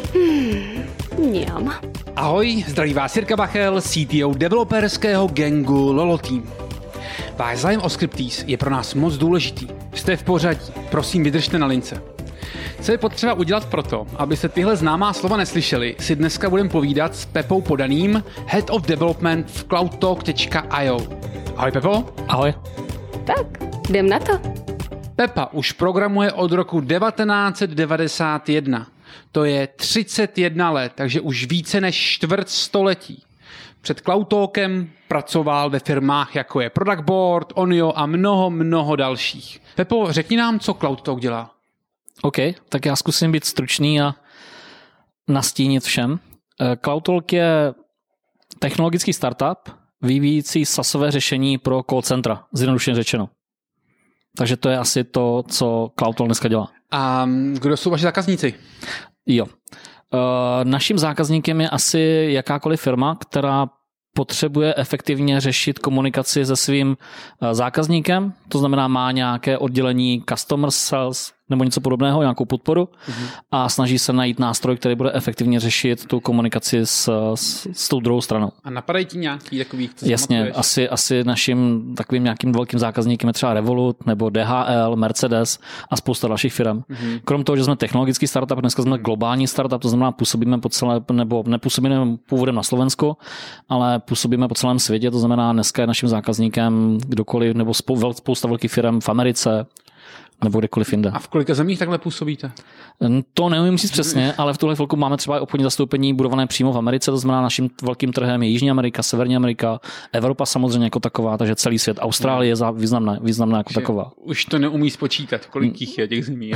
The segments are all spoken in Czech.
Mňam. Ahoj, zdraví vás Jirka Bachel, CTO developerského gangu Lolo Team. Váš zájem o Scriptease je pro nás moc důležitý. Jste v pořadí, prosím vydržte na lince. Co je potřeba udělat proto, aby se tyhle známá slova neslyšeli, si dneska budeme povídat s Pepou Podaným, Head of Development v cloudtalk.io. Ahoj Pepo. Ahoj. Tak, jdem na to. Pepa už programuje od roku 1991. To je 31 let, takže už více než čtvrt století. Před CloudTalkem pracoval ve firmách jako je Product Board, Onio a mnoho dalších. Pepo, řekni nám, co CloudTalk dělá. OK, tak já zkusím být stručný a nastínit všem. CloudTalk je technologický startup vyvíjící SaaSové řešení pro call centra, zjednodušeně řečeno. Takže to je asi to, co CloudTalk dneska dělá. A kdo jsou vaši zákazníci? Jo. Naším zákazníkem je asi jakákoliv firma, která potřebuje efektivně řešit komunikaci se svým zákazníkem, to znamená má nějaké oddělení customer sales nebo něco podobného, nějakou podporu a snaží se najít nástroj, který bude efektivně řešit tu komunikaci s tou druhou stranou. A napadají ti nějaký takový? Jasně, asi naším takovým nějakým velkým zákazníkem je třeba Revolut nebo DHL, Mercedes a spousta dalších firm. Krom toho, že jsme technologický startup, dneska jsme globální startup, to znamená působíme po celé, nebo nepůsobíme původem na Slovensku, ale působíme po celém světě, to znamená dneska je naším zákazníkem kdokoliv nebo spousta velkých firm v Americe, nebo kdekoliv jinde. A v kolika zemích takhle působíte? To neumím říct přesně, ale v tuhle chvilku máme třeba obchodní zastoupení budované přímo v Americe, to znamená naším velkým trhem je Jižní Amerika, Severní Amerika, Evropa samozřejmě jako taková, takže celý svět. Austrálie je významná jako taková. Už to neumí spočítat, kolik jich je těch zemí.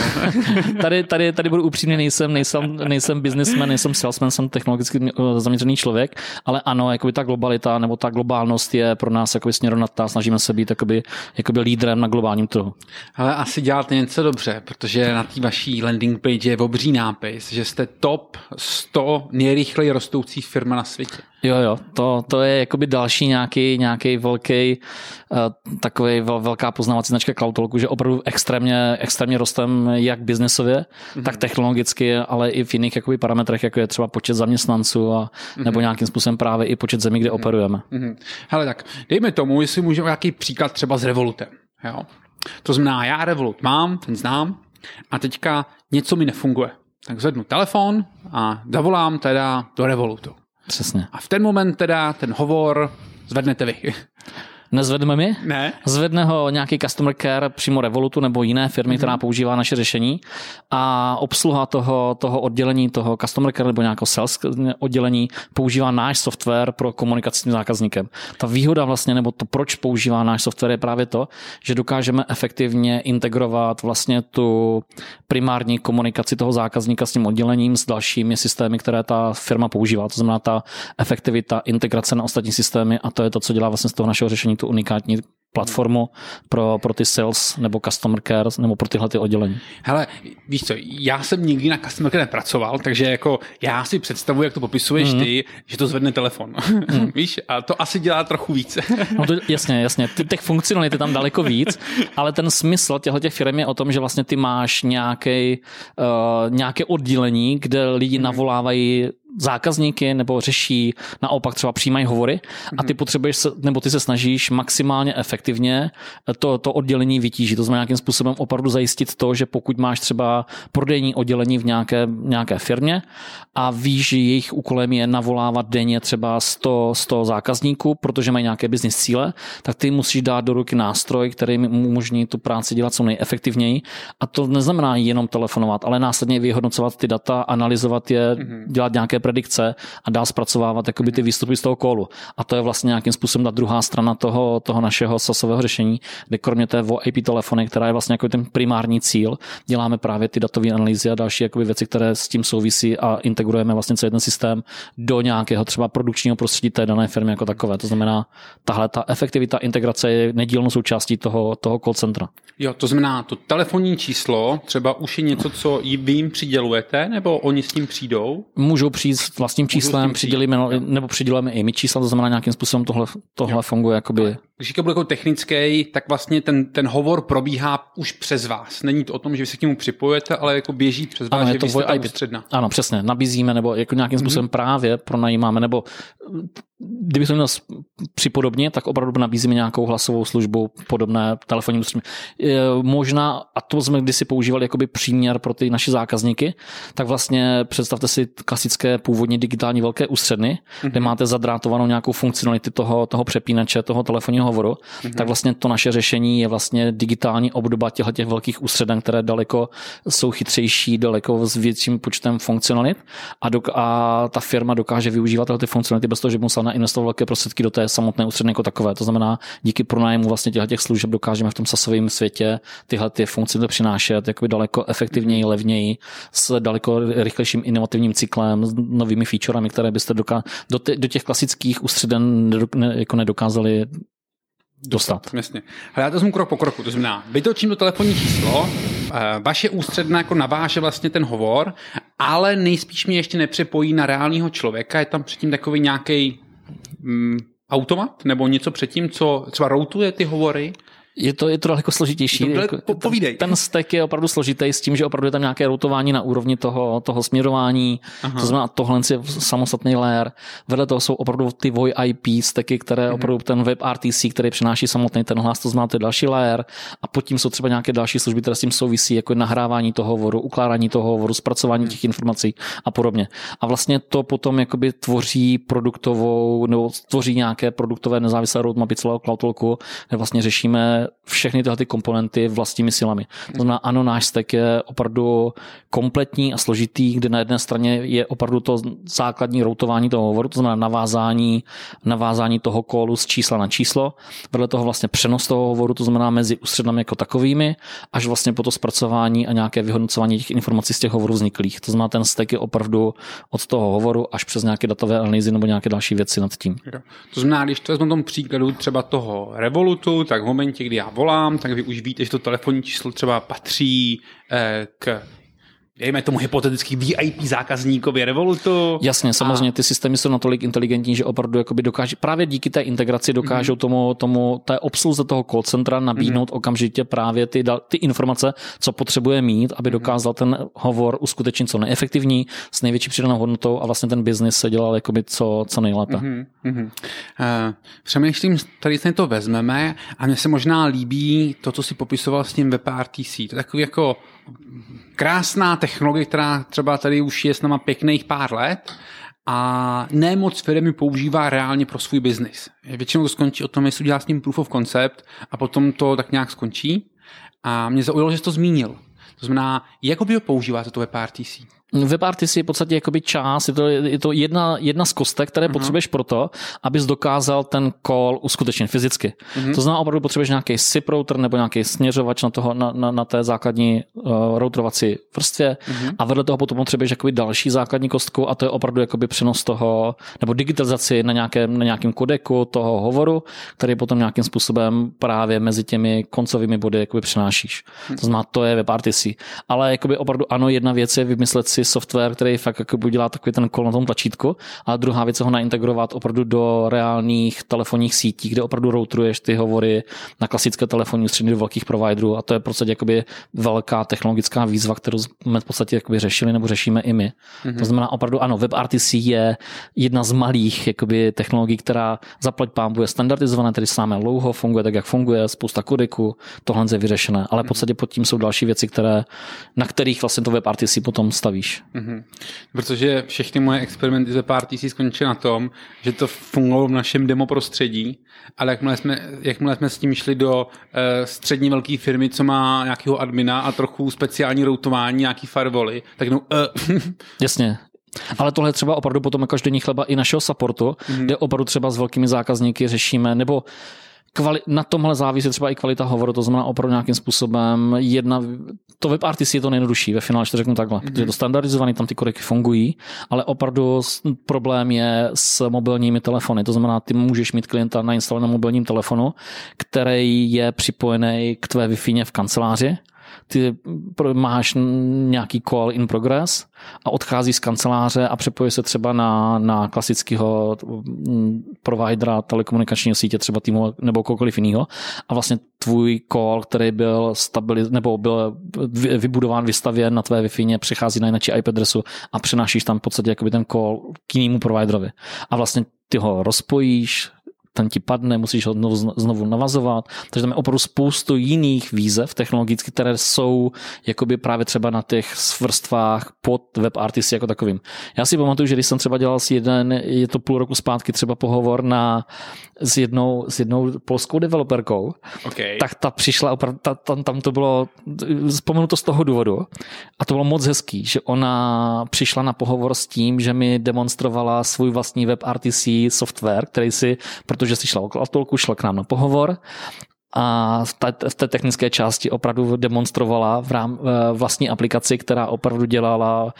Tady budu upřímný, nejsem businessman, nejsem salesman, jsem technologicky zaměřený člověk, ale ano, jakoby ta globalita nebo ta globálnost je pro nás jakoby směrodatná, snažíme se být jakoby lídrem na globálním trhu. Ale asi děláte něco dobře, protože na té vaší landing page je obří nápis, že jste top 100 nejrychleji rostoucí firma na světě. Jo, to je jakoby další nějaký velký takový velká poznávací značka CloudTalku, že opravdu extrémně rostem jak biznesově, tak technologicky, ale i v jiných jakoby parametrech, jako je třeba počet zaměstnanců a nebo nějakým způsobem právě i počet zemí, kde operujeme. Hele, tak dejme tomu, jestli můžeme nějaký příklad třeba s Revolutem. Jo? To znamená, já Revolut mám, ten znám, a teďka něco mi nefunguje. Tak zvednu telefon a zavolám teda do Revolutu. Přesně. A v ten moment teda ten hovor zvednete vy. Nezvedneme my? Ne. Zvedne ho nějaký customer care přímo Revolutu nebo jiné firmy, která používá naše řešení a obsluha toho oddělení, toho customer care nebo nějakého sales oddělení používá náš software pro komunikaci s tím zákazníkem. Ta výhoda vlastně, nebo to, proč používá náš software, je právě to, že dokážeme efektivně integrovat vlastně tu primární komunikaci toho zákazníka s tím oddělením s dalšími systémy, které ta firma používá. To znamená ta efektivita, integrace na ostatní systémy a to je to, co dělá vlastně z toho našeho řešení tu unikátní platformu pro ty sales nebo customer care nebo pro tyhle ty oddělení. Hele, víš co, já jsem nikdy na customer care nepracoval, takže jako já si představuji, jak to popisuješ ty, že to zvedne telefon. Víš, a to asi dělá trochu víc. No to jasně. Těch funkcionalit je tam daleko víc, ale ten smysl těchto firm je o tom, že vlastně ty máš nějaké oddělení, kde lidi navolávají zákazníky nebo řeší, naopak třeba přijímají hovory a ty potřebuješ nebo ty se snažíš maximálně efektivně to oddělení vytížit. To znamená nějakým způsobem opravdu zajistit to, že pokud máš třeba prodejní oddělení v nějaké firmě a víš, že jejich úkolem je navolávat denně třeba 100 zákazníků, protože mají nějaké business cíle, tak ty musíš dát do ruky nástroj, který jim umožní tu práci dělat co nejefektivněji. A to neznamená jenom telefonovat, ale následně vyhodnocovat ty data, analyzovat je, dělat nějaké predikce a dál zpracovávat jakoby ty výstupy z toho callu. A to je vlastně nějakým způsobem ta druhá strana toho našeho SaaSového řešení, kde kromě té VoIP telefony, která je vlastně jako ten primární cíl, děláme právě ty datové analýzy a další jakoby věci, které s tím souvisí a integrujeme vlastně celý ten systém do nějakého třeba produkčního prostředí té dané firmy jako takové. To znamená, tahle ta efektivita integrace je nedílnou součástí toho call centra. Jo, to znamená, to telefonní číslo třeba už je něco, co vy jim přidělujete, nebo oni s tím přijdou? Můžou přijít s vlastním číslem, přidělíme i my čísla, to znamená nějakým způsobem tohle funguje jakoby když bude jako technický, tak vlastně ten hovor probíhá už přes vás. Není to o tom, že vy se k němu připojujete, ale jako běží přes vás, že vy jste ta ústředna. Ano, přesně. Nabízíme nebo jako nějakým způsobem právě pronajímáme, nebo kdybych to měl připodobnit, tak opravdu nabízíme nějakou hlasovou službu, podobné telefonní ústředí. Možná, a to jsme kdysi používali jakoby příměr pro ty naše zákazníky, tak vlastně představte si klasické původně digitální velké ústředny, kde máte zadrátovanou nějakou funkcionalitu toho přepínače, toho telefonního hovoru, tak vlastně to naše řešení je vlastně digitální obdoba těch velkých ústředen, které daleko jsou chytřejší, daleko s větším počtem funkcionalit a ta firma dokáže využívat ty funkcionality bez toho, že by musela nainvestovat velké prostředky do té samotné ústředny jako takové. To znamená, díky pronájmu vlastně těch služeb dokážeme v tom SaaSovém světě tyhle ty funkce přinášet jakoby daleko efektivněji, levněji, s daleko rychlejším inovativním cyklem, s novými featuremi, které byste do těch klasických ústředen jako nedokázali dostat. Jasně. Ale já to jsem krok po kroku, to znamená, vytočím to telefonní číslo, vaše ústředna jako naváže vlastně ten hovor, ale nejspíš mě ještě nepřepojí na reálního člověka, je tam předtím takový nějaký automat nebo něco předtím, co třeba routuje ty hovory. Je to daleko složitější. Povídej. Ten stack je opravdu složitý s tím, že opravdu je tam nějaké routování na úrovni toho směrování. Aha. To znamená, tohle je samostatný layer. Vedle toho jsou opravdu ty VoIP stacky, které opravdu ten WebRTC, který přináší samotný ten hlas, to znamená, to je další layer. A pod tím jsou třeba nějaké další služby, které s tím souvisí, jako je nahrávání toho hovoru, ukládání toho hovoru, zpracování těch informací a podobně. A vlastně to potom jakoby tvoří produktovou nebo tvoří nějaké produktové nezávislé roadmapy celého CloudTalku, kde vlastně řešíme všechny tyhle ty komponenty vlastními silami. To znamená, ano, náš stack je opravdu kompletní a složitý, kde na jedné straně je opravdu to základní routování toho hovoru, to znamená navázání toho callu z čísla na číslo, vedle toho vlastně přenos toho hovoru, to znamená mezi ústřednami jako takovými, až vlastně po to zpracování a nějaké vyhodnocování těch informací z těch hovorů vzniklých. To znamená, ten stack je opravdu od toho hovoru až přes nějaké datové analýzy nebo nějaké další věci nad tím. To znamená, když to vezmu tomu příkladu třeba toho Revolutu, tak v momentě, kdy já volám, tak vy už víte, že to telefonní číslo třeba patří k dejme tomu hypoteticky VIP zákazníkovi Revolutu. Jasně, samozřejmě ty systémy jsou natolik inteligentní, že opravdu jakoby dokáží, právě díky té integraci dokážou tomu té obsluze toho call centra nabídnout okamžitě právě ty informace, co potřebuje mít, aby dokázal ten hovor uskutečnit co nejefektivní, s největší přidanou hodnotou a vlastně ten biznis se dělal jakoby co nejlépe. Přemýšlím, tady se to vezmeme a mně se možná líbí to, co si popisoval s tím WebRTC. To je takový jako krásná technologie, která třeba tady už je s náma pěkných pár let a ne moc firmy používá reálně pro svůj biznis. Většinou to skončí o tom, jestli udělá s ním proof of concept a potom to tak nějak skončí. A mě zaujalo, že jsi to zmínil. To znamená, jak ho používáte to WebRTC? WebRTC je v podstatě jakoby část, je to jedna z kostek, které potřebuješ proto, abys dokázal ten call uskutečnit fyzicky. To znamená, opravdu potřebuješ nějaký SIP router nebo nějaký směřovač na té základní routerovací vrstvě a vedle toho potom potřebuješ jakoby další základní kostku a to je opravdu jakoby přenos toho, nebo digitalizaci na nějakém kodeku toho hovoru, který potom nějakým způsobem právě mezi těmi koncovými body jakoby přenášíš. To znamená, to je WebRTC. Ale jakoby opravdu ano, jedna věc je vymyslet si software, který fakt jakoby dělá takový ten kol na tom tlačítku, a druhá věc je ho naintegrovat opravdu do reálných telefonních sítí, kde opravdu routeruješ ty hovory na klasické telefonní ústředny do velkých providerů a to je v podstatě jakoby velká technologická výzva, kterou jsme v podstatě jakoby řešili nebo řešíme i my. To znamená opravdu ano, WebRTC je jedna z malých jakoby technologií, která zaplať pánbů je standardizovaná, tedy sáme dlouho, funguje tak, jak funguje, spousta kodeků, tohle je vyřešené, ale v podstatě pod tím jsou další věci, na kterých vlastně to WebRTC potom stavíš. Protože všechny moje experimenty z WebRTC skončily na tom, že to fungovalo v našem demo prostředí, ale jakmile jsme s tím šli do střední velké firmy, co má nějakého admina a trochu speciální routování, nějaký firewally, tak Jasně. Ale tohle je třeba opravdu potom jako každodenní chleba i našeho supportu, kde opravdu třeba s velkými zákazníky řešíme, nebo na tomhle závisí třeba i kvalita hovoru, to znamená opravdu nějakým způsobem to WebRTC je to nejjednodušší, ve finále, že to řeknu takhle, protože je to standardizovaný, tam ty kodeky fungují, ale opravdu problém je s mobilními telefony, to znamená, ty můžeš mít klienta nainstalovat na mobilním telefonu, který je připojený k tvé Wi-Fi v kanceláři, ty máš nějaký call in progress a odchází z kanceláře a přepojí se třeba na klasického providera telekomunikačního sítě, třeba T-Mobile nebo kohokoliv jiného a vlastně tvůj call, který byl nebo byl vybudován, vystavěn na tvé Wi-Fi, přechází na jinou IP adresu a přenášíš tam v podstatě jakoby ten call k jinému providerovi. A vlastně ty ho rozpojíš, ten ti padne, musíš ho znovu navazovat. Takže tam je opravdu spoustu jiných výzev technologických, které jsou jakoby právě třeba na těch vrstvách pod WebRTC jako takovým. Já si pamatuju, že když jsem třeba dělal je to půl roku zpátky třeba pohovor s jednou polskou developerkou, tak ta přišla opravdu, tam to bylo, vzpomenu to z toho důvodu, a to bylo moc hezký, že ona přišla na pohovor s tím, že mi demonstrovala svůj vlastní WebRTC software, který protože si šla o tolku, šla k nám na pohovor a v té technické části opravdu demonstrovala vlastní aplikaci, která opravdu dělala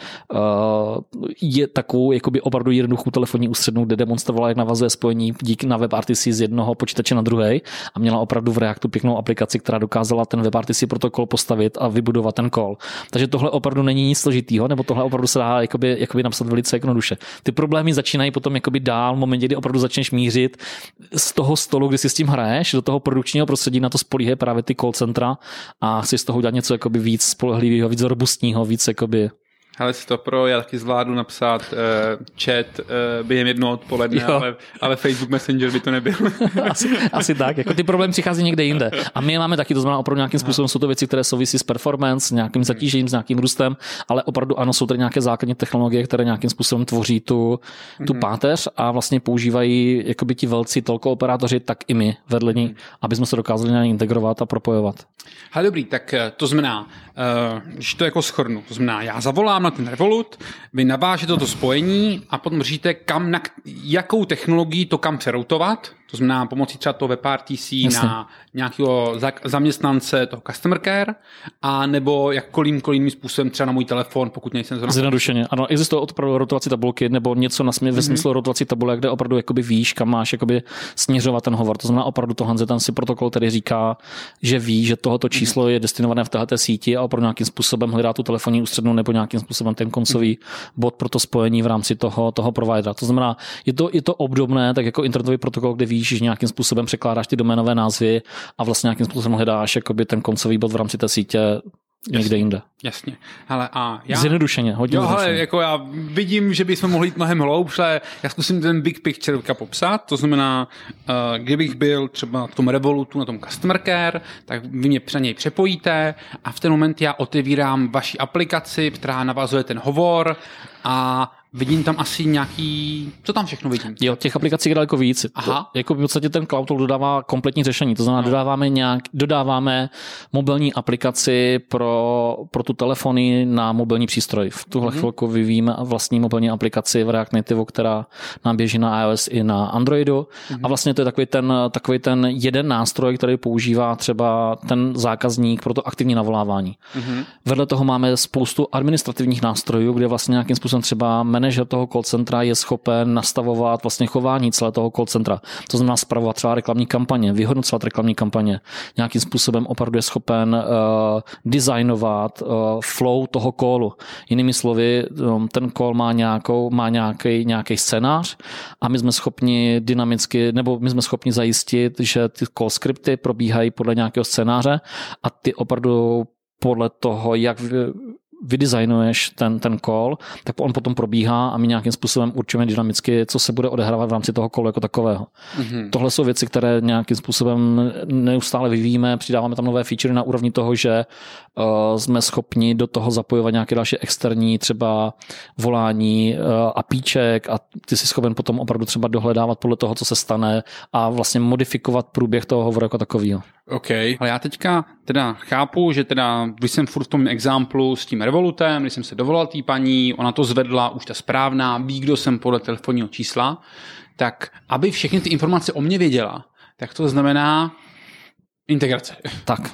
takovou jakoby opravdu jednoduchou telefonní ústřednu, kde demonstrovala, jak navazuje spojení díky na WebRTC z jednoho počítače na druhý a měla opravdu v Reactu pěknou aplikaci, která dokázala ten WebRTC protokol postavit a vybudovat ten call. Takže tohle opravdu není nic složitýho, nebo tohle opravdu se dá jakoby napsat velice jednoduše. Ty problémy začínají potom jakoby dál v momentě, kdy opravdu začneš mířit z toho stolu, kdy si s tím hraješ, do toho produkčního prostředí, na to spolíhají právě ty call centra a chci z toho udělat něco jakoby víc spolehlivého, víc robustního, víc jakoby... Hele, stopro, já taky zvládnu napsat chat během jednoho odpoledne, ale Facebook Messenger by to nebyl. asi tak, jako ty problémy přichází někde jinde. A my máme taky, to znamená opravdu nějakým způsobem jsou to věci, které souvisí s performance, s nějakým zatížením, s nějakým růstem, ale opravdu ano, jsou tady nějaké základní technologie, které nějakým způsobem tvoří tu páteř a vlastně používají jakoby ti velcí telkooperátoři, tak i my vedle ní, aby jsme se dokázali na ně integrovat a propojovat. Hele, dobrý, tak to znamená, když to jako shrnu, to znamená, já zavolám na ten Revolut, vy navážete to spojení a potom říte, jakou technologii to kam přeroutovat, to znamená pomocí třeba toho WebRTC na nějakého zaměstnance toho customer care, a nebo jakkoliv jiným způsobem třeba na můj telefon, pokud nejsem zrovna. Zjednodušeně. Ano, existují opravdu rotovací tabulky nebo něco ve smyslu rotovací tabule, kde opravdu jakoby víš, kam máš jakoby směřovat ten hovor. To znamená opravdu tohle ten si protokol, který říká, že ví, že tohoto číslo je destinované v této síti a opravdu nějakým způsobem hledá tu telefonní ústřednu nebo nějakým způsobem ten koncový bod pro to spojení v rámci toho providera. To znamená, je to obdobné, tak jako internetový protokol, kde víš, že nějakým způsobem překládáš ty doménové názvy a vlastně nějakým způsobem hledáš jakoby ten koncový bod v rámci té sítě někde jinde. Jasně. Hele, a já... Zjednodušeně, hodně zjednodušeně. Hele, jako já vidím, že bychom mohli jít mnohem hloubš, ale já zkusím ten big picture popsat. To znamená, kdybych byl třeba v tom Revolutu, na tom customer care, tak vy mě na něj přepojíte a v ten moment já otevírám vaši aplikaci, která navazuje ten hovor a vidím tam asi nějaký... Co tam všechno vidím? Jo, těch aplikací je daleko víc. Aha. Jako v podstatě ten Cloud dodává kompletní řešení. To znamená, dodáváme mobilní aplikaci pro tu telefony na mobilní přístroj. V tuhle chvilku vyvíjíme vlastní mobilní aplikaci v React Native, která nám běží na iOS i na Androidu. A vlastně to je takový ten jeden nástroj, který používá třeba ten zákazník pro to aktivní navolávání. Vedle toho máme spoustu administrativních nástrojů, kde vlastně nějakým způsobem třeba manažer toho call centra je schopen nastavovat vlastně chování celého toho call centra. To znamená spravovat třeba reklamní kampaně, vyhodnocovat reklamní kampaně. Nějakým způsobem opravdu je schopen designovat flow toho callu. Jinými slovy, ten call má nějaký scénář a my jsme schopni dynamicky, nebo my jsme schopni zajistit, že ty call skripty probíhají podle nějakého scénáře a ty opravdu podle toho, jak vydesignuješ ten call, tak on potom probíhá a my nějakým způsobem určujeme dynamicky, co se bude odehrávat v rámci toho callu jako takového. Tohle jsou věci, které nějakým způsobem neustále vyvíjíme, přidáváme tam nové feature na úrovni toho, že jsme schopni do toho zapojovat nějaké další externí třeba volání APIček a ty jsi schopen potom opravdu třeba dohledávat podle toho, co se stane a vlastně modifikovat průběh toho hovoru jako takového. OK, ale já teďka teda chápu, že teda, když jsem furt v tom examplu s tím Revolutem, když jsem se dovolal té paní, ona to zvedla, už ta správná, ví, kdo jsem podle telefonního čísla, tak aby všechny ty informace o mě věděla, tak to znamená integrace. Tak.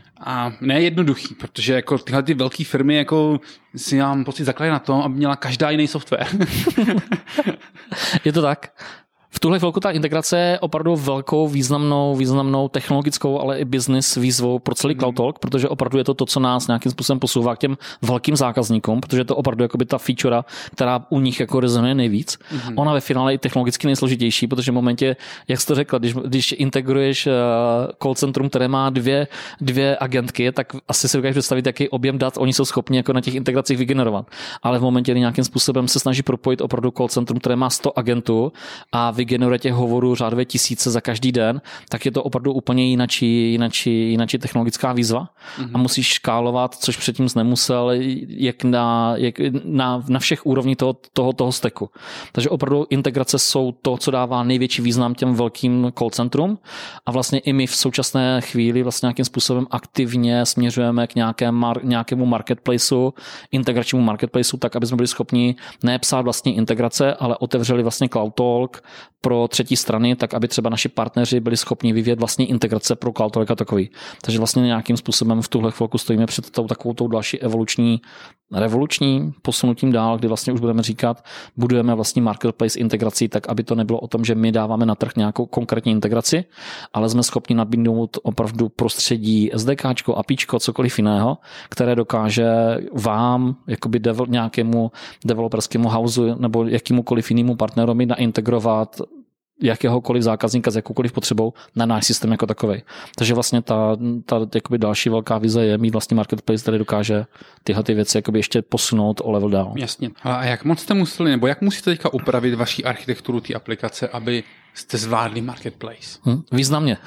A ne jednoduchý, protože jako tyhle ty velké firmy jako si mám pocit zakládají na tom, aby měla každá jiný software. Je to tak. V tuhle chvilku ta integrace je opravdu velkou, významnou technologickou, ale i business výzvou pro celý CloudTalk, protože opravdu je to, co nás nějakým způsobem posouvá k těm velkým zákazníkům, protože je to opravdu jakoby ta feature, která u nich jako rezonuje nejvíc. Ona ve finále je technologicky nejsložitější, protože v momentě, jak jsi to řekla, když integruješ call centrum, které má dvě agentky, tak asi si dokážeš představit, jaký objem dat oni jsou schopni jako na těch integracích vygenerovat. Ale v momentě, kdy nějakým způsobem se snaží propojit opravdu call centrum, které má 100 agentů a vygeneruje těch hovorů řádově tisíce za každý den, tak je to opravdu úplně jináčí technologická výzva a musíš škálovat, což předtím jsi nemusel, jak na všech úrovních toho stacku. Takže opravdu integrace jsou to, co dává největší význam těm velkým call centrum a vlastně i my v současné chvíli vlastně nějakým způsobem aktivně směřujeme k nějakému marketplaceu, integračnímu marketplaceu, tak aby jsme byli schopni nepsat vlastní integrace, ale otevřeli vlastně CloudTalk pro třetí strany, tak aby třeba naši partneři byli schopni vyvíjet vlastní integrace pro CloudTalk a takový. Takže vlastně nějakým způsobem v tuhle chvilku stojíme před takovou další revoluční posunutím dál, kdy vlastně už budeme říkat, budujeme vlastní marketplace integrací, tak aby to nebylo o tom, že my dáváme na trh nějakou konkrétní integraci, ale jsme schopni nabídnout opravdu prostředí SDKčko, APIčko, cokoliv jiného, které dokáže vám, jakoby nějakému developerskému houseu nebo jakýmukoliv jinému partnerovi naintegrovat jakéhokoliv zákazníka s jakoukoliv potřebou na náš systém jako takovej. Takže vlastně ta jakoby další velká vize je mít vlastně marketplace, který dokáže tyhle ty věci jakoby ještě posunout o level down. Jasně. A jak moc jste museli, nebo jak musíte teďka upravit vaši architekturu té aplikace, aby jste zvládli marketplace? Významně.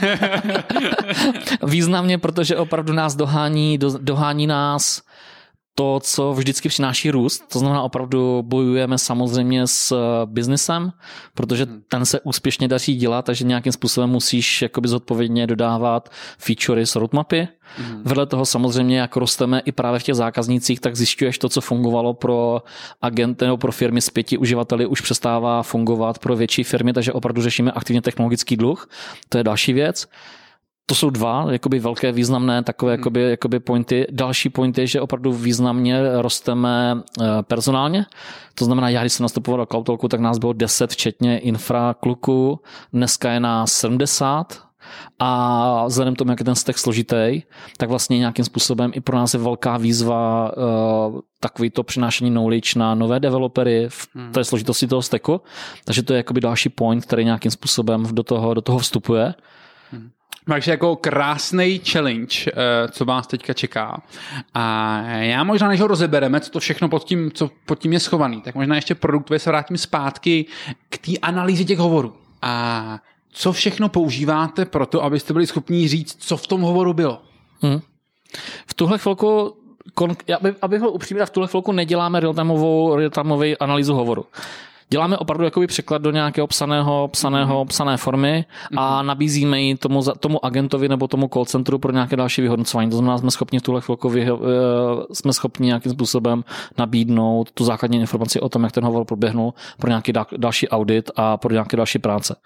Významně, protože opravdu nás dohání nás to, co vždycky přináší růst, to znamená opravdu bojujeme samozřejmě s biznesem, protože ten se úspěšně daří dělat, takže nějakým způsobem musíš jakoby zodpovědně dodávat featurey z roadmapy. Vedle toho samozřejmě, jak rosteme i právě v těch zákaznících, tak zjišťuješ to, co fungovalo pro agenty nebo pro firmy s 5 uživateli, už přestává fungovat pro větší firmy, takže opravdu řešíme aktivně technologický dluh. To je další věc. To jsou dva jakoby velké významné takové jakoby pointy. Další point je, že opravdu významně rosteme personálně. To znamená, já když jsem nastupoval do CloudTalku, tak nás bylo 10 včetně infra kluků. Dneska je nás 70 a vzhledem tomu, jak je ten stack složitý, tak vlastně nějakým způsobem i pro nás je velká výzva takový to přinášení knowledge na nové developery v té složitosti toho stacku. Takže to je jakoby další point, který nějakým způsobem do toho vstupuje. Takže jako krásný challenge, co vás teďka čeká. A já možná, než ho rozebereme, co to všechno co pod tím je schovaný, tak možná ještě produktově se vrátím zpátky k té analýze těch hovorů. A co všechno používáte pro to, abyste byli schopni říct, co v tom hovoru bylo? V tuhle chvilku, abych byl upřímný, v tuhle chvilku neděláme real-timeovou analýzu hovoru. Děláme opravdu jakoby překlad do nějakého psané formy a nabízíme ji tomu agentovi nebo tomu call centru pro nějaké další vyhodnocování. To znamená, jsme schopni v tuhle chvilku nějakým způsobem nabídnout tu základní informaci o tom, jak ten hovor proběhnul pro nějaký další audit a pro nějaké další práce.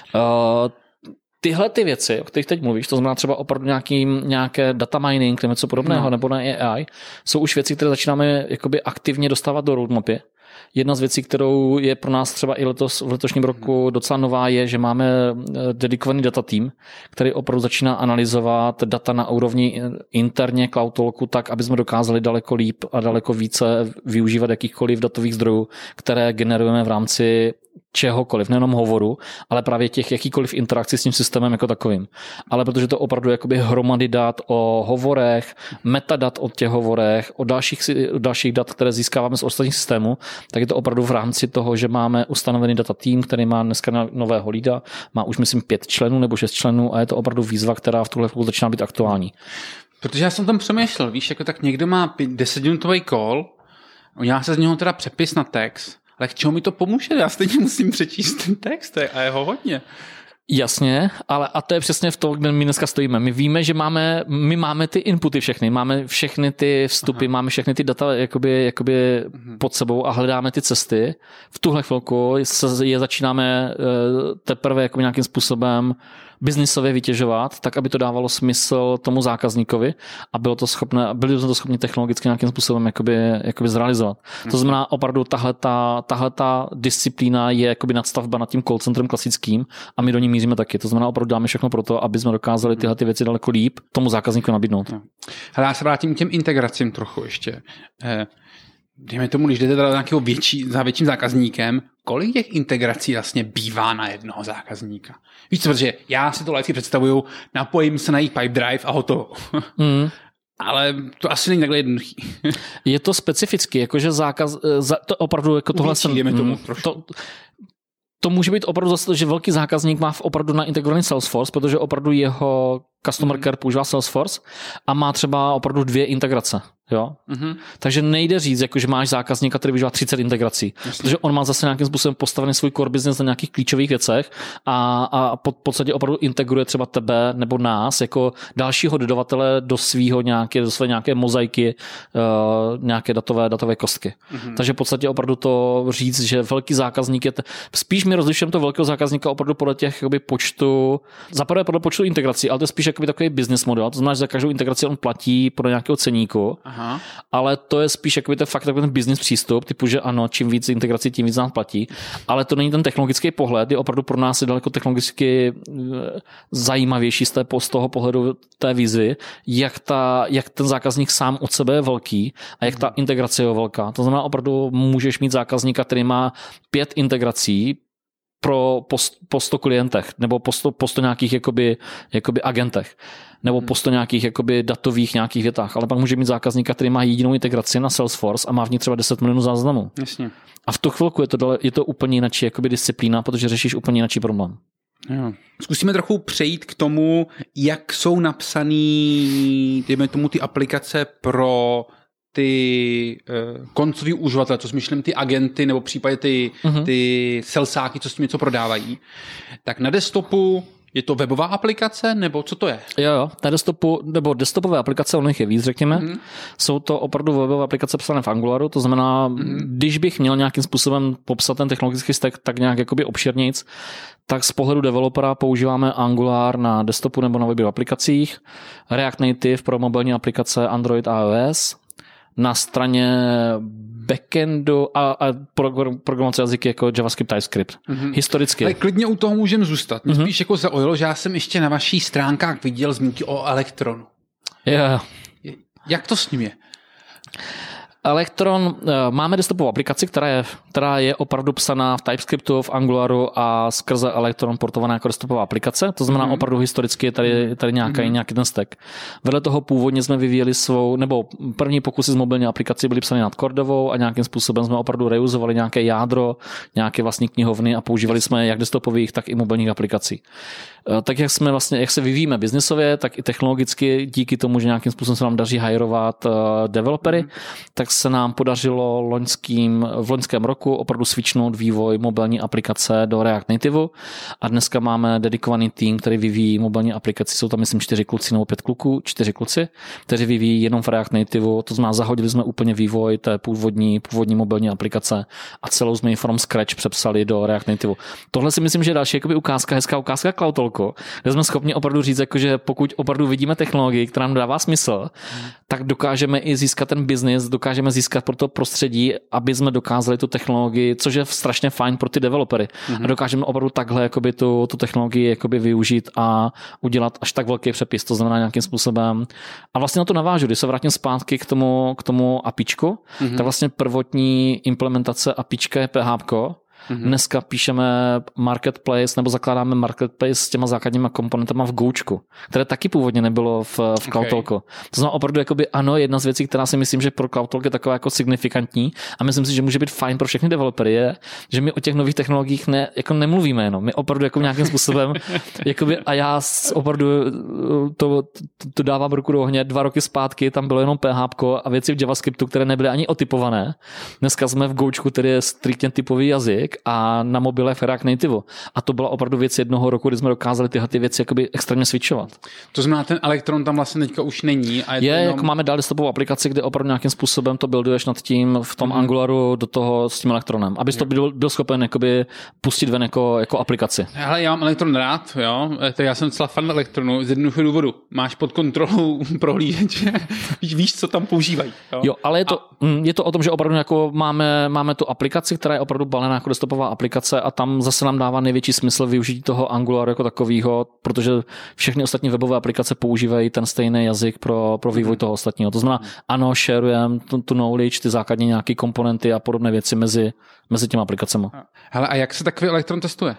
Tyhle ty věci, o kterých teď mluvíš, to znamená třeba opravdu nějaké data mining nebo něco podobného, nebo na AI, jsou už věci, které začínáme jakoby aktivně dostávat do roadmapy. Jedna z věcí, kterou je pro nás třeba i v letošním roku docela nová, je, že máme dedikovaný data tým, který opravdu začíná analyzovat data na úrovni interně CloudTalku tak, aby jsme dokázali daleko líp a daleko více využívat jakýchkoliv datových zdrojů, které generujeme v rámci čehokoliv, nejenom hovoru, ale právě těch jakýkoliv interakcí s tím systémem jako takovým. Ale protože to opravdu jakoby hromady dat o hovorech, metadat o těch hovorech, o dalších dat, které získáváme z ostatních systémů, tak je to opravdu v rámci toho, že máme ustanovený data tým, který má dneska nového lída, má už myslím 5 členů nebo 6 členů a je to opravdu výzva, která v tuhle chvíli začíná být aktuální. Protože já jsem tam přemýšlel, víš, jako tak někdo má 10-minutový call, udělá se z něho teda přepis na text, ale k čemu mi to pomůže? Já stejně musím přečíst ten text a je ho hodně. Jasně, ale a to je přesně v tom, kde my dneska stojíme. My víme, že my máme ty inputy všechny, máme všechny ty vstupy, máme všechny ty data jakoby pod sebou a hledáme ty cesty. V tuhle chvilku je začínáme teprve jako nějakým způsobem biznisově vytěžovat, tak aby to dávalo smysl tomu zákazníkovi a byli jsme to schopni technologicky nějakým způsobem jakoby zrealizovat. To znamená opravdu tahleta disciplína je jakoby nadstavba nad tím call centrem klasickým a my do ní míříme taky. To znamená opravdu dáme všechno pro to, aby jsme dokázali tyhle ty věci daleko líp tomu zákazníku nabídnout. Ale já se vrátím k těm integracím trochu ještě. Dejme tomu, když jdete za větším zákazníkem, kolik těch integrací vlastně bývá na jednoho zákazníka? Víš co, protože já si to laicky představuju, napojím se na jejich Pipedrive a hotovo. Ale to asi není takhle jednoduchý. Je to specificky, jakože to opravdu jako tohle to může být opravdu zase, že velký zákazník má opravdu naintegrovaný Salesforce, protože opravdu jeho customer care používá Salesforce a má třeba opravdu 2 integrace. Jo? Takže nejde říct, jako, že máš zákazníka, který využívá 30 integrací. Jasně. Protože on má zase nějakým způsobem postavený svůj core business na nějakých klíčových věcech a v podstatě opravdu integruje třeba tebe nebo nás jako dalšího dodavatele do své nějaké mozaiky, nějaké datové kostky. Takže v podstatě opravdu to říct, že velký zákazník je spíš my rozlišujeme to velkého zákazníka opravdu podle těch počtu, zaprvé podle počtu integrací, ale to je spíš jakoby takový business model. To znamená, že za každou integraci on platí podle nějakého ceníku. Aha. Ale to je spíš jakoby ten fakt takový ten business přístup, typu, že ano, čím víc integrací, tím víc nás platí. Ale to není ten technologický pohled, je opravdu pro nás daleko technologicky zajímavější z toho pohledu té výzvy, jak ten zákazník sám od sebe je velký a jak ta integrace je velká. To znamená, opravdu můžeš mít zákazníka, který má 5 integrací po 100 klientech nebo po 100 nějakých jakoby agentech nebo po 100 nějakých jakoby datových nějakých větách, ale pak může mít zákazníka, který má jedinou integraci na Salesforce a má v ní třeba 10 milionů záznamů. Jasně. A v tu chvilku je to úplně jináčí jakoby disciplína, protože řešíš úplně jináčí problém. Jo. Zkusíme trochu přejít k tomu, jak jsou napsaný ty aplikace pro ty koncový uživatele, co smyšlím ty agenty nebo případně ty salesáky, co s tím něco prodávají. Tak na desktopu je to webová aplikace, nebo co to je? Jo, na desktopu, nebo desktopové aplikace, on jich je víc, řekněme. Jsou to opravdu webové aplikace psané v Angularu, to znamená, když bych měl nějakým způsobem popsat ten technologický stack tak nějak jakoby obširnějc, tak z pohledu developera používáme Angular na desktopu nebo na webových aplikacích, React Native pro mobilní aplikace Android a iOS, na straně backendu a programací jazyky jako JavaScript, TypeScript. Historicky. Ale klidně u toho můžeme zůstat. Mě spíš jako zaujalo, že já jsem ještě na vašich stránkách viděl zmínky o Elektronu. Yeah. Jak to s ním je? Elektron, máme desktopovou aplikaci, která je opravdu psaná v TypeScriptu, v Angularu a skrze Elektron portovaná jako desktopová aplikace. To znamená opravdu historicky je tady nějaký ten stack. Vedle toho původně jsme vyvíjeli první pokusy z mobilní aplikací byly psané nad Cordovou a nějakým způsobem jsme opravdu reuzovali nějaké jádro, nějaké vlastní knihovny a používali jsme jak desktopových, tak i mobilních aplikací. Tak jak se vyvíjíme biznisově, tak i technologicky díky tomu, že nějakým způsobem se nám daří hajrovat developery, tak se nám podařilo v loňském roku opravdu switchnout vývoj mobilní aplikace do React Native a dneska máme dedikovaný tým, který vyvíjí mobilní aplikaci. Jsou tam myslím 4 kluci nebo 5 kluků, 4 kluci, kteří vyvíjí jenom v React Native. To znamená, zahodili jsme úplně vývoj té původní mobilní aplikace a celou jsme ji from scratch přepsali do React Native. Tohle si myslím, že je další hezká ukázka CloudTalku, kde jsme schopni opravdu říct, že pokud opravdu vidíme technologii, která nám dává smysl, tak dokážeme i získat ten business, dokážeme získat pro to prostředí, aby jsme dokázali tu technologii, což je strašně fajn pro ty developery. A dokážeme opravdu takhle tu technologii využít a udělat až tak velký přepis, to znamená nějakým způsobem. A vlastně na to navážu, když se vrátím zpátky k tomu APIčku, tak vlastně prvotní implementace APIčka je PHP. Dneska píšeme marketplace nebo zakládáme marketplace s těma základníma komponentama v Goučku, které taky původně nebylo v CloudTalku. To znamená opravdu jedna z věcí, která si myslím, že pro CloudTalk je taková signifikantní a myslím si, že může být fajn pro všechny developery, je, že my o těch nových technologiích nemluvíme jenom. My opravdu nějakým způsobem a já opravdu to dávám ruku do ohně. 2 roky zpátky tam bylo jenom PHP a věci v JavaScriptu, které nebyly ani otypované. Dneska jsme v Goučku, který je striktně typový jazyk a na mobilech React Native. A to byla opravdu věc jednoho roku, kdy jsme dokázali tyhle ty věci jakoby extrémně switchovat. To znamená, ten Elektron tam vlastně teďka už není. A je jako máme dál desktopovou aplikaci, kde opravdu nějakým způsobem to builduješ nad tím v tom Angularu do toho s tím Elektronem, abys to byl schopen jakoby pustit ven jako aplikaci. Hele, já mám Elektron rád, jo. Já jsem celá fan Elektronu z jednoduchého důvodu. Máš pod kontrolou prohlížeče, víš, co tam používají. Jo, ale je to o tom, že opravdu jako máme tu aplikaci, která je opravdu balená jako desktopová aplikace a tam zase nám dává největší smysl využít toho Angularu jako takového, protože všechny ostatní webové aplikace používají ten stejný jazyk pro vývoj toho ostatního. To znamená, ano, sharujeme tu knowledge, ty základní nějaké komponenty a podobné věci mezi těmi aplikacemi. Hele, a jak se takový Elektron testuje?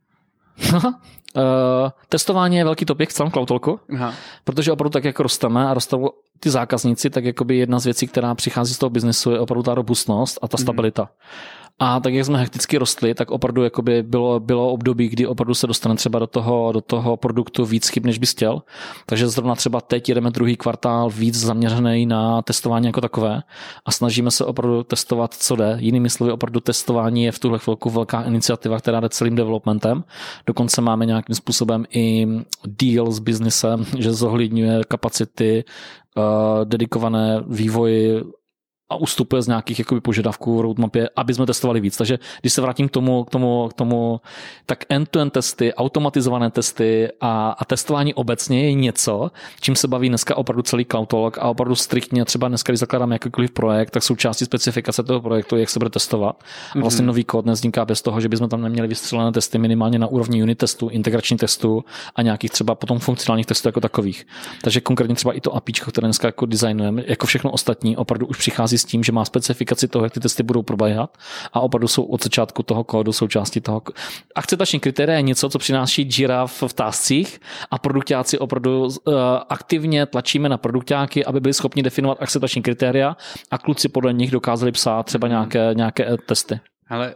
Testování je velký topik v celém CloudTalku, protože opravdu tak, jak rosteme a rostou ty zákazníci, tak jakoby jedna z věcí, která přichází z toho biznesu, je opravdu ta robustnost a ta stabilita. A tak, jak jsme hekticky rostli, tak opravdu jakoby bylo období, kdy opravdu se dostane třeba do toho produktu víc chyb, než bys chtěl. Takže zrovna třeba teď jedeme druhý kvartál víc zaměřený na testování jako takové a snažíme se opravdu testovat, co jde. Jinými slovy, opravdu testování je v tuhle chvilku velká iniciativa, která jde celým developmentem. Dokonce máme nějakým způsobem i deal s biznesem, že zohledňuje kapacity, dedikované vývoji a ustupuje z nějakých jakoby požadavků v roadmapě, aby jsme testovali víc. Takže když se vrátím k tomu, tak end-to-end testy, automatizované testy a testování obecně je něco, čím se baví dneska opravdu celý CloudTalk a opravdu striktně třeba dneska, když zakládáme jakýkoliv projekt, tak součástí specifikace toho projektu, jak se bude testovat. A vlastně nový kód nevzniká bez toho, že bychom tam neměli vystřelené testy minimálně na úrovni unit testů, integrační testů a nějakých třeba potom funkcionálních testů jako takových. Takže konkrétně třeba i to APIčko, které dneska jako designujeme, jako všechno ostatní, opravdu už přichází s tím, že má specifikaci toho, jak ty testy budou probíhat a opravdu jsou od začátku toho kódu součástí toho. Akceptační kritéria je něco, co přináší Jira v táscích a produktáci opravdu aktivně tlačíme na produktáky, aby byli schopni definovat akceptační kritéria a kluci podle nich dokázali psát třeba nějaké testy. Ale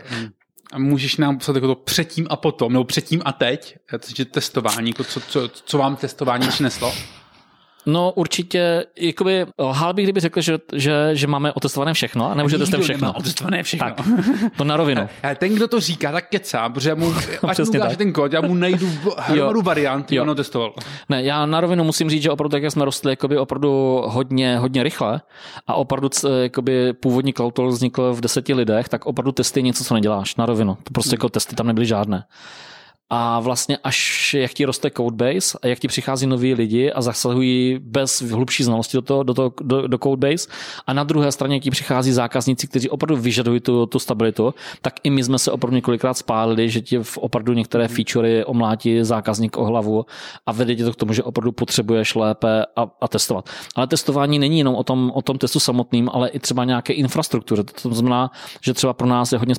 a můžeš nám psat jako to předtím a potom, nebo předtím a teď, což je testování, jako co vám testování přineslo? No určitě, jakoby lhal bych, kdyby řekl, že máme otestované všechno a nemůže testovat všechno. Otestované všechno. Tak, to na rovinu. Ten, kdo to říká, tak kecá, protože ať mu ukáže ten kód, já mu najdu hromadu variant, ono testoval. Ne, já na rovinu musím říct, že opravdu tak, jak jsme rostli jakoby opravdu hodně rychle a opravdu jakoby původní CloudTalk vznikl v 10 lidech, tak opravdu testy je něco, co neděláš, na rovinu. Prostě jako testy tam nebyly žádné. A vlastně až jak ti roste codebase a jak ti přichází noví lidi a zasahují bez hlubší znalosti do codebase a na druhé straně jak ti přichází zákazníci, kteří opravdu vyžadují tu stabilitu, tak i my jsme se opravdu několikrát spálili, že ti opravdu některé featurey omlátí zákazník o hlavu a vede tě to k tomu, že opravdu potřebuješ lépe a testovat. Ale testování není jenom o tom testu samotným, ale i třeba nějaké infrastruktury. To znamená, že třeba pro nás je hodně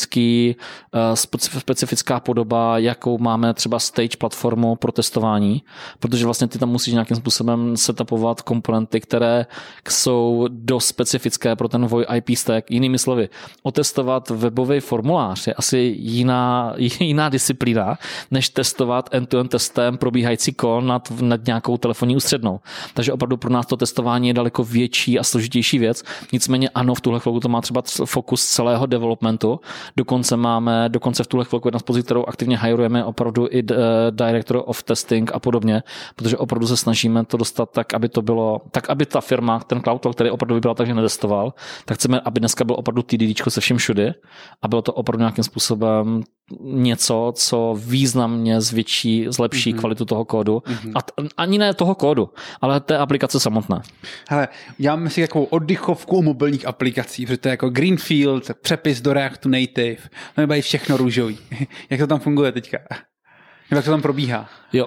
specifická podoba, jakou máme třeba stage platformu pro testování, protože vlastně ty tam musíš nějakým způsobem setupovat komponenty, které jsou dost specifické pro ten VoIP stack. Jinými slovy, otestovat webový formulář je asi jiná disciplína, než testovat end-to-end testem probíhající call nad nějakou telefonní ústřednou. Takže opravdu pro nás to testování je daleko větší a složitější věc. Nicméně ano, v tuhle chvilku to má třeba fokus celého developmentu. Dokonce v tuhle chvilku jedna z pozic, kterou aktivně hajrujeme, opravdu i director of testing a podobně, protože opravdu se snažíme to dostat tak, aby to bylo, tak aby ta firma, ten CloudTalk, který opravdu vybral tak, že netestoval, tak chceme, aby dneska byl opravdu TDDčko se vším všudy a bylo to opravdu nějakým způsobem něco, co významně zlepší kvalitu toho kódu. A ani ne toho kódu, ale té aplikace samotné. Hele, děláme si takovou oddychovku u mobilních aplikací, protože to je jako Greenfield, přepis do Reactu Native, to nebají všechno růžový. Jak to tam funguje teďka? Jak to tam probíhá? Jo,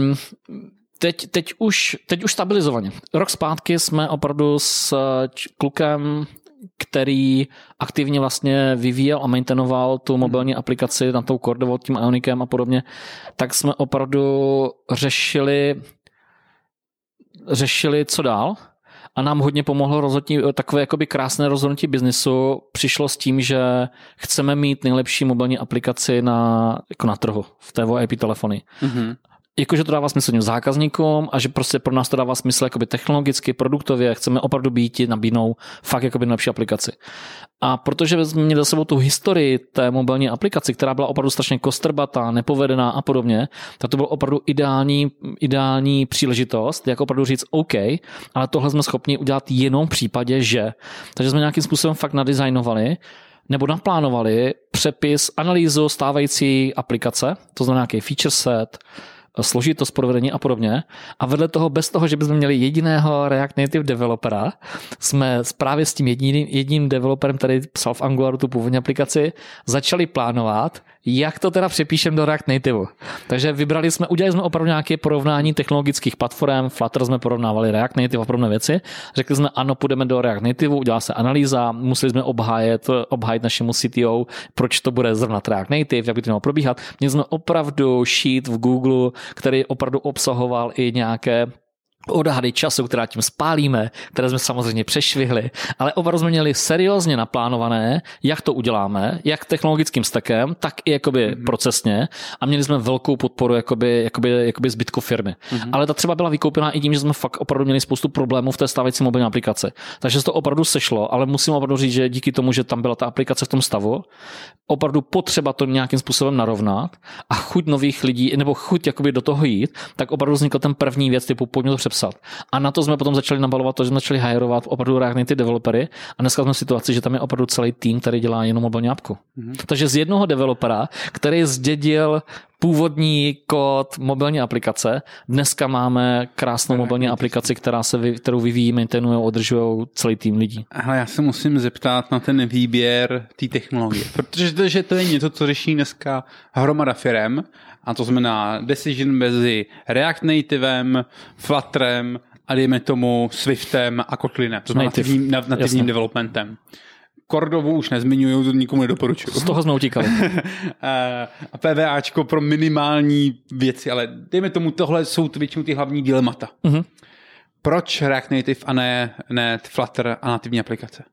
teď už stabilizovaně. Rok zpátky jsme opravdu s klukem, který aktivně vlastně vyvíjel a maintainoval tu mobilní aplikaci na tou Cordovou, tím Ionikem a podobně, tak jsme opravdu řešili co dál a nám hodně pomohlo takové jakoby krásné rozhodnutí biznisu. Přišlo s tím, že chceme mít nejlepší mobilní aplikaci na trhu v té VoIP telefony. jakože to dává smysl těm zákazníkům a že prostě pro nás to dává smysl jakoby technologicky, produktově, chceme opravdu být nabídnou fakt jakoby lepší aplikaci. A protože jsme měli za sebou tu historii té mobilní aplikaci, která byla opravdu strašně kostrbatá, nepovedená a podobně, tak to bylo opravdu ideální příležitost, jak opravdu říct OK, ale tohle jsme schopni udělat jenom v případě, že. Takže jsme nějakým způsobem fakt nadizajnovali nebo naplánovali přepis, analýzu stávající aplikace, to znamená nějaký feature set, složitost provedení a podobně. A vedle toho, bez toho, že bychom měli jediného React Native developera, jsme právě s tím jedním developerem, který psal v Angularu tu původní aplikaci, začali plánovat, jak to teda přepíšem do React Native. Takže udělali jsme opravdu nějaké porovnání technologických platform, Flutter jsme porovnávali React Native a podobné věci. Řekli jsme, ano, půjdeme do React Native, udělala se analýza, museli jsme obhájit našemu CTO, proč to bude zrovna React Native, jak by to mělo probíhat. Měli jsme opravdu sheet v Google, který opravdu obsahoval i nějaké odhady času, která tím spálíme, které jsme samozřejmě přešvihli, ale opravdu jsme měli seriózně naplánované, jak to uděláme, jak technologickým stackem, tak i jakoby procesně a měli jsme velkou podporu jakoby zbytku firmy. Ale ta třeba byla vykoupená i tím, že jsme fakt opravdu měli spoustu problémů v té stávající mobilní aplikaci. Takže se to opravdu sešlo, ale musím opravdu říct, že díky tomu, že tam byla ta aplikace v tom stavu, opravdu potřeba to nějakým způsobem narovnat a chuť nových lidí, nebo chuť jakoby do toho jít, tak opravdu vznikl ten první věc typu pojďme to přepsat. A na to jsme potom začali nabalovat to, že jsme začali hajrovat opravdu React Native developery a dneska jsme v situaci, že tam je opravdu celý tým, který dělá jenom mobilní apku. Takže z jednoho developera, který zdědil původní kód mobilní aplikace, dneska máme krásnou mobilní aplikaci, kterou vyvíjí, maintainujou, udržujou celý tým lidí. Ale já se musím zeptat na ten výběr té technologie, protože to je něco, co řeší dneska hromada firem, a to znamená decision mezi React Nativem, Flutterem a dejme tomu Swiftem a Kotlinem, to znamená nativním developmentem. Cordovu už nezmiňuju, to nikomu nedoporučuju. Z toho jsme utíkali. A PVAčko pro minimální věci, ale dejme tomu, tohle jsou většinou ty hlavní dilemata. Proč React Native a ne Flutter a nativní aplikace?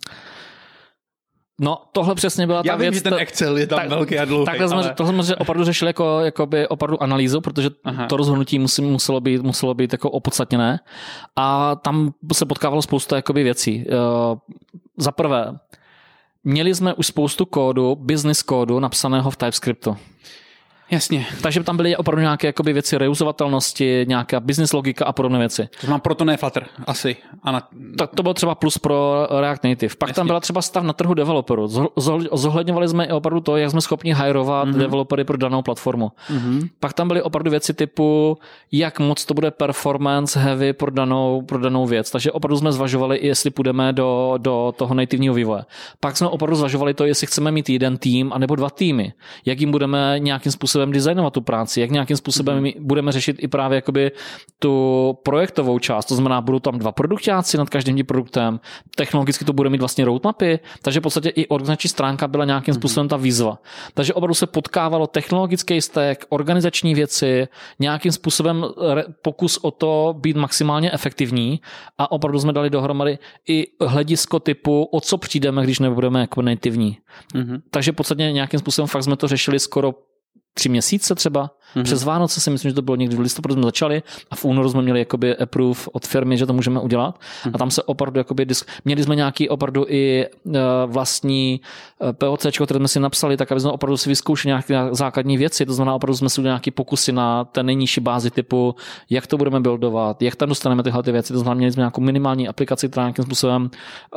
No, tohle přesně byla ta věc. Já vím, že ten Excel je tam velký a dlouhý. Takhle jsme opravdu řešili jakoby opravdu analýzu, protože to rozhodnutí muselo být jako opodstatněné. A tam se potkávalo spousta jakoby věcí. Za prvé, měli jsme už spoustu kódu, business kódu napsaného v TypeScriptu. Jasně. Takže tam byly opravdu nějaké jakoby věci reuzovatelnosti, nějaká business logika a podobné věci. To znamená, proto ne Flutter, asi. Tak to bylo třeba plus pro React Native. Pak tam byla třeba stav na trhu developerů. Zohledňovali jsme i opravdu to, jak jsme schopni hajrovat developery pro danou platformu. Pak tam byly opravdu věci typu, jak moc to bude performance heavy pro danou věc. Takže opravdu jsme zvažovali, jestli půjdeme do toho nativního vývoje. Pak jsme opravdu zvažovali to, jestli chceme mít jeden tým anebo dva týmy. Jak jim budeme nějakým způsobem designovat tu práci, jak nějakým způsobem budeme řešit i právě jakoby tu projektovou část, to znamená, budou tam dva produktáci nad každým tím produktem, technologicky to bude mít vlastně roadmapy, takže v podstatě i organizační stránka byla nějakým způsobem ta výzva. Takže opravdu se potkávalo technologický stack, organizační věci, nějakým způsobem pokus o to být maximálně efektivní a opravdu jsme dali dohromady i hledisko typu, o co přijdeme, když nebudeme jako nativní. Takže v podstatě nějakým způsobem fakt jsme to řešili skoro 3 měsíce třeba. Přes Vánoce si myslím, že to bylo někdy v listopadu jsme začali a v únoru jsme měli jakoby approve od firmy, že to můžeme udělat. A tam se opravdu jakoby měli jsme nějaký opravdu i vlastní POCčko, které jsme si napsali, tak aby jsme opravdu si vyzkoušeli nějaké základní věci. To znamená, opravdu jsme si udělali nějaké pokusy na té nejnižší bázi typu, jak to budeme buildovat, jak tam dostaneme tyhle ty věci. To znamená, měli jsme nějakou minimální aplikaci, která nějakým způsobem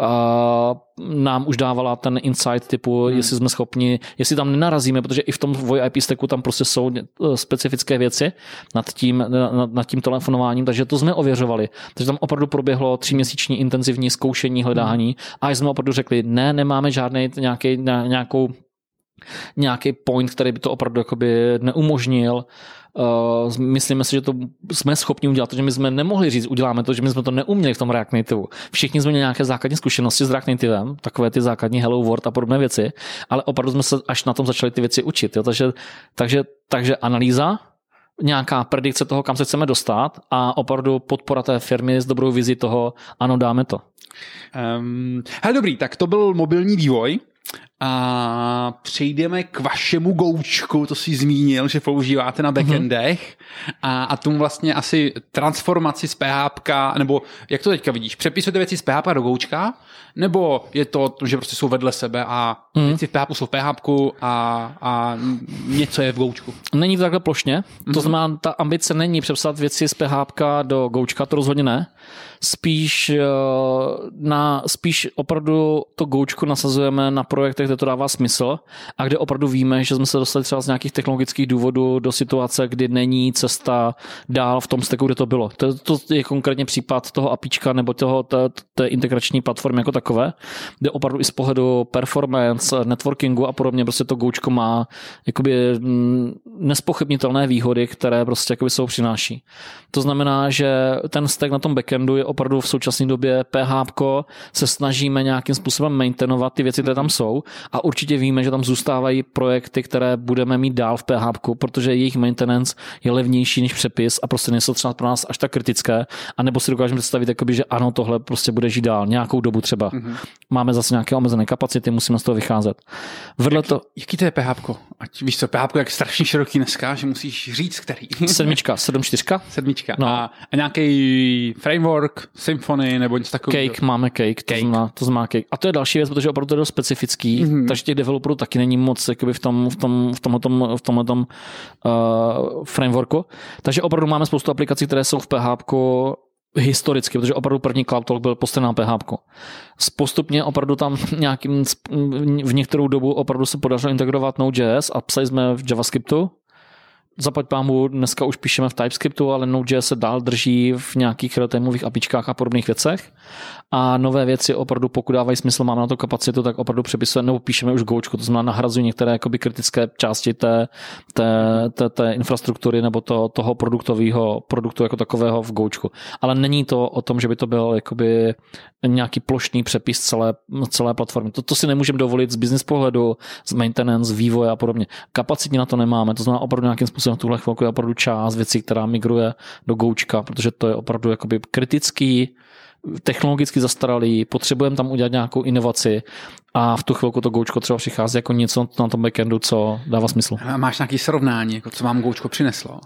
nám už dávala ten insight typu, jestli jsme schopni, jestli tam nenarazíme, protože i v tom VoIP stacku tam prostě jsou specifické věci nad tím telefonováním, takže to jsme ověřovali. Takže tam opravdu proběhlo 3měsíční intenzivní zkoušení, hledání a jsme opravdu řekli, nemáme žádný nějaký point, který by to opravdu jakoby neumožnil. Myslíme si, že to jsme schopni udělat, protože my jsme nemohli říct, uděláme to, že my jsme to neuměli v tom React Nativeu. Všichni jsme měli nějaké základní zkušenosti s React Nativem, takové ty základní Hello World a podobné věci, ale opravdu jsme se až na tom začali ty věci učit. Jo? Takže analýza, nějaká predikce toho, kam se chceme dostat a opravdu podpora té firmy s dobrou vizí toho, ano, dáme to. Dobrý, tak to byl mobilní vývoj. A přejdeme k vašemu goučku, to jsi zmínil, že používáte na backendech a tomu vlastně asi transformaci z PHP, nebo jak to teďka vidíš, přepisujete věci z PHP do goučka, nebo je to, že prostě jsou vedle sebe a věci v PHP jsou v PHP a něco je v goučku? Není to takhle plošně, to znamená, ta ambice není přepsat věci z PHP do goučka, to rozhodně ne. Spíš opravdu to goučko nasazujeme na projektech, kde to dává smysl a kde opravdu víme, že jsme se dostali třeba z nějakých technologických důvodů do situace, kdy není cesta dál v tom stacku, kde to bylo. To je konkrétně případ toho APIčka nebo té integrační platformy jako takové, kde opravdu i z pohledu performance, networkingu a podobně prostě to goučko má jakoby nespochybnitelné výhody, které prostě jakoby se ho přináší. To znamená, že ten stack na tom backendu je opravdu v současné době PHP, se snažíme nějakým způsobem maintainovat ty věci, které tam jsou a určitě víme, že tam zůstávají projekty, které budeme mít dál v PHP, protože jejich maintenance je levnější než přepis a prostě nejsou třeba pro nás až tak kritické, anebo si dokážeme představit, jakoby, že ano, tohle prostě bude žít dál nějakou dobu třeba. Máme zase nějaké omezené kapacity, musíme z toho vycházet. Jaký to je PHP? Ať víš co, PHP je jak strašně široký dneska, že musíš říct, který. 7.4. No. A nějaký framework, Symfony nebo něco takového. Máme Cake. To znamená Cake. A to je další věc, protože opravdu to je dost specifický, takže těch developerů taky není moc jakoby v tomhletom frameworku. Takže opravdu máme spoustu aplikací, které jsou v PHP historicky, protože opravdu první CloudTalk byl postaven na PHP. Postupně opravdu tam v některou dobu opravdu se podařilo integrovat Node.js a psali jsme v JavaScriptu. Zaplať pámu, dneska už píšeme v TypeScriptu, ale Node.js se dál drží v nějakých real-timeových APIčkách a podobných věcech. A nové věci opravdu, pokud dávají smysl, máme na to kapacitu, tak opravdu přepisujeme nebo píšeme už goučku. To znamená, nahrazují některé jakoby kritické části té infrastruktury nebo toho produktu jako takového v goučku. Ale není to o tom, že by to byl jakoby nějaký plošný přepis celé platformy. To si nemůžeme dovolit z business pohledu, z maintenance, vývoje a podobně. Kapacitně na to nemáme. To znamená opravdu nějakým způsobem v tuhle chvilku je opravdu část věcí, která migruje do goučka, protože to je opravdu jakoby kritický, technologicky zastaralý, potřebujeme tam udělat nějakou inovaci a v tu chvilku to goučko třeba přichází jako něco na tom backendu, co dává smysl. A máš nějaký srovnání, jako co vám goučko přineslo?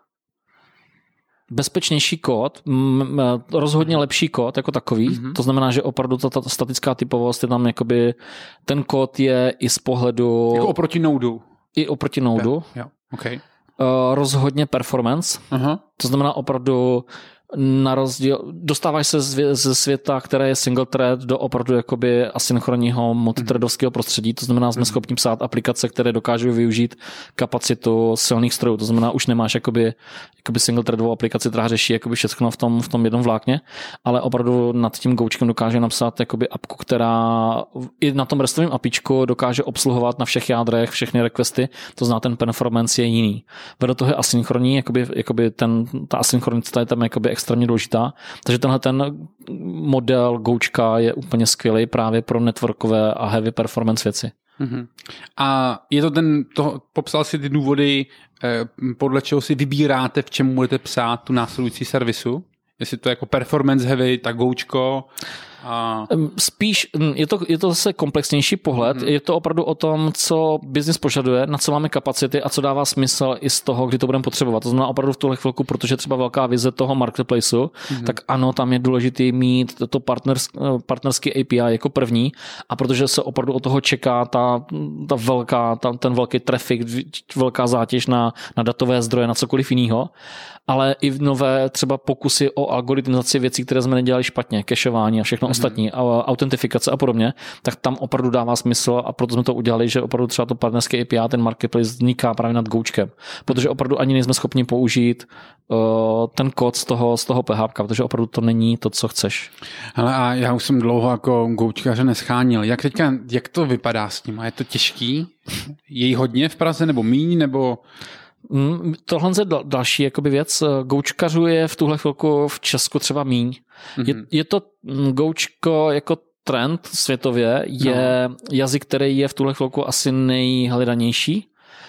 Bezpečnější kód, rozhodně lepší kód jako takový, to znamená, že opravdu ta statická typovost je tam jakoby, ten kód je i z pohledu... Jako oproti Nodeu. I oproti Nodeu. Jo. Okay. Rozhodně performance, to znamená opravdu na rozdíl, dostáváš se ze světa, které je single thread, do opravdu jakoby asynchronního multithreadovského prostředí, to znamená, jsme schopni psát aplikace, které dokážou využít kapacitu silných strojů, to znamená, už nemáš jakoby single threadovou aplikaci, která řeší jakoby všechno v tom jednom vlákně, ale opravdu nad tím goučkem dokáže napsat jakoby apku, která i na tom restovém APIčku dokáže obsluhovat na všech jádrech všechny requesty, to znamená, ten performance je jiný. Vedle toho je asynchronní, jakoby ta asynchronicita je tam jakoby extrémně důležitá. Takže tenhle ten model goučka je úplně skvělý právě pro networkové a heavy performance věci. A je to popsal si ty důvody, podle čeho si vybíráte, v čem budete psát tu následující servisu? Jestli to je jako performance heavy, tak goučko? Spíš je to zase komplexnější pohled. Je to opravdu o tom, co business požaduje, na co máme kapacity a co dává smysl i z toho, kdy to budeme potřebovat. To znamená opravdu v tuhle chvilku, protože třeba velká vize toho marketplaceu, tak ano, tam je důležitý mít to partnerský API jako první a protože se opravdu od toho čeká ten velký traffic, velká zátěž na datové zdroje, na cokoliv jiného, ale i v nové třeba pokusy o algoritmizaci věcí, které jsme nedělali špatně, cacheování a všechno ostatní, autentifikace a podobně, tak tam opravdu dává smysl a proto jsme to udělali, že opravdu třeba to partnerské API, ten marketplace vzniká právě nad goučkem, protože opravdu ani nejsme schopni použít ten kód z toho PHP, protože opravdu to není to, co chceš. Hele, a já už jsem dlouho jako goučkaře neschánil. Jak to vypadá s tím? A je to těžký? Je jí hodně v Praze nebo míň, nebo... Tohle je další jakoby věc. Goučkařů je v tuhle chvilku v Česku třeba míň. Je to goučko jako trend světově, je jazyk, který je v tuhle chvilku asi nejhledanější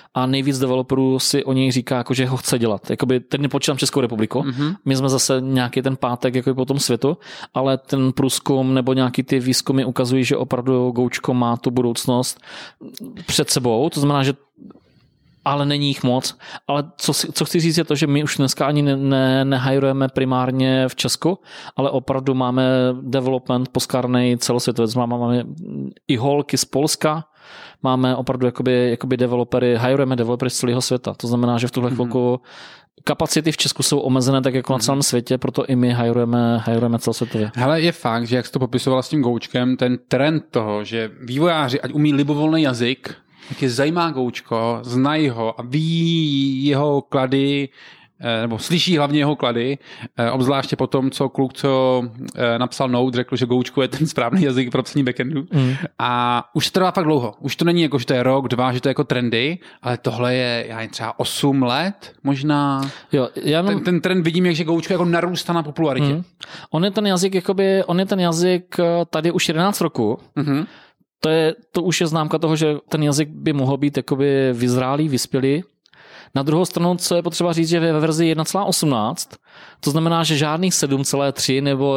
a nejvíc developerů si o něj říká, jako, že ho chce dělat. Jakoby, teď nepočítám Českou republiku, my jsme zase nějaký ten pátek jako po tom světu, ale ten průzkum nebo nějaký ty výzkumy ukazují, že opravdu Goučko má tu budoucnost před sebou, to znamená, že ale není jich moc. Ale co chci říct je to, že my už dneska ani nehajrujeme primárně v Česku, ale opravdu máme development poskárnej celosvětově. Máme i holky z Polska, máme opravdu jakoby developery, hajrujeme developery z celého světa. To znamená, že v tuhle chvilku kapacity v Česku jsou omezené tak jako na celém světě, proto i my hajrujeme celosvětově. Hele, je fakt, že jak jsi to popisoval s tím Goučkem, ten trend toho, že vývojáři, ať umí libovolný jazyk, tak je zajímá Goučko, znají ho a ví jeho klady, nebo slyší hlavně jeho klady, obzvláště po tom, co kluk, co napsal Node, řekl, že Goučko je ten správný jazyk pro psaní backendu. A už to trvá fakt dlouho. Už to není jako, že to je rok, 2, že to je jako trendy, ale tohle je třeba 8 let možná. Jo, ten trend vidím, že Goučko jako narůstá na popularitě. On je ten jazyk tady už 11 roku. To už je známka toho, že ten jazyk by mohl být jakoby vyzrálý, vyspělý. Na druhou stranu, co je potřeba říct, že ve verzi 1.18, to znamená, že žádných 7.3 nebo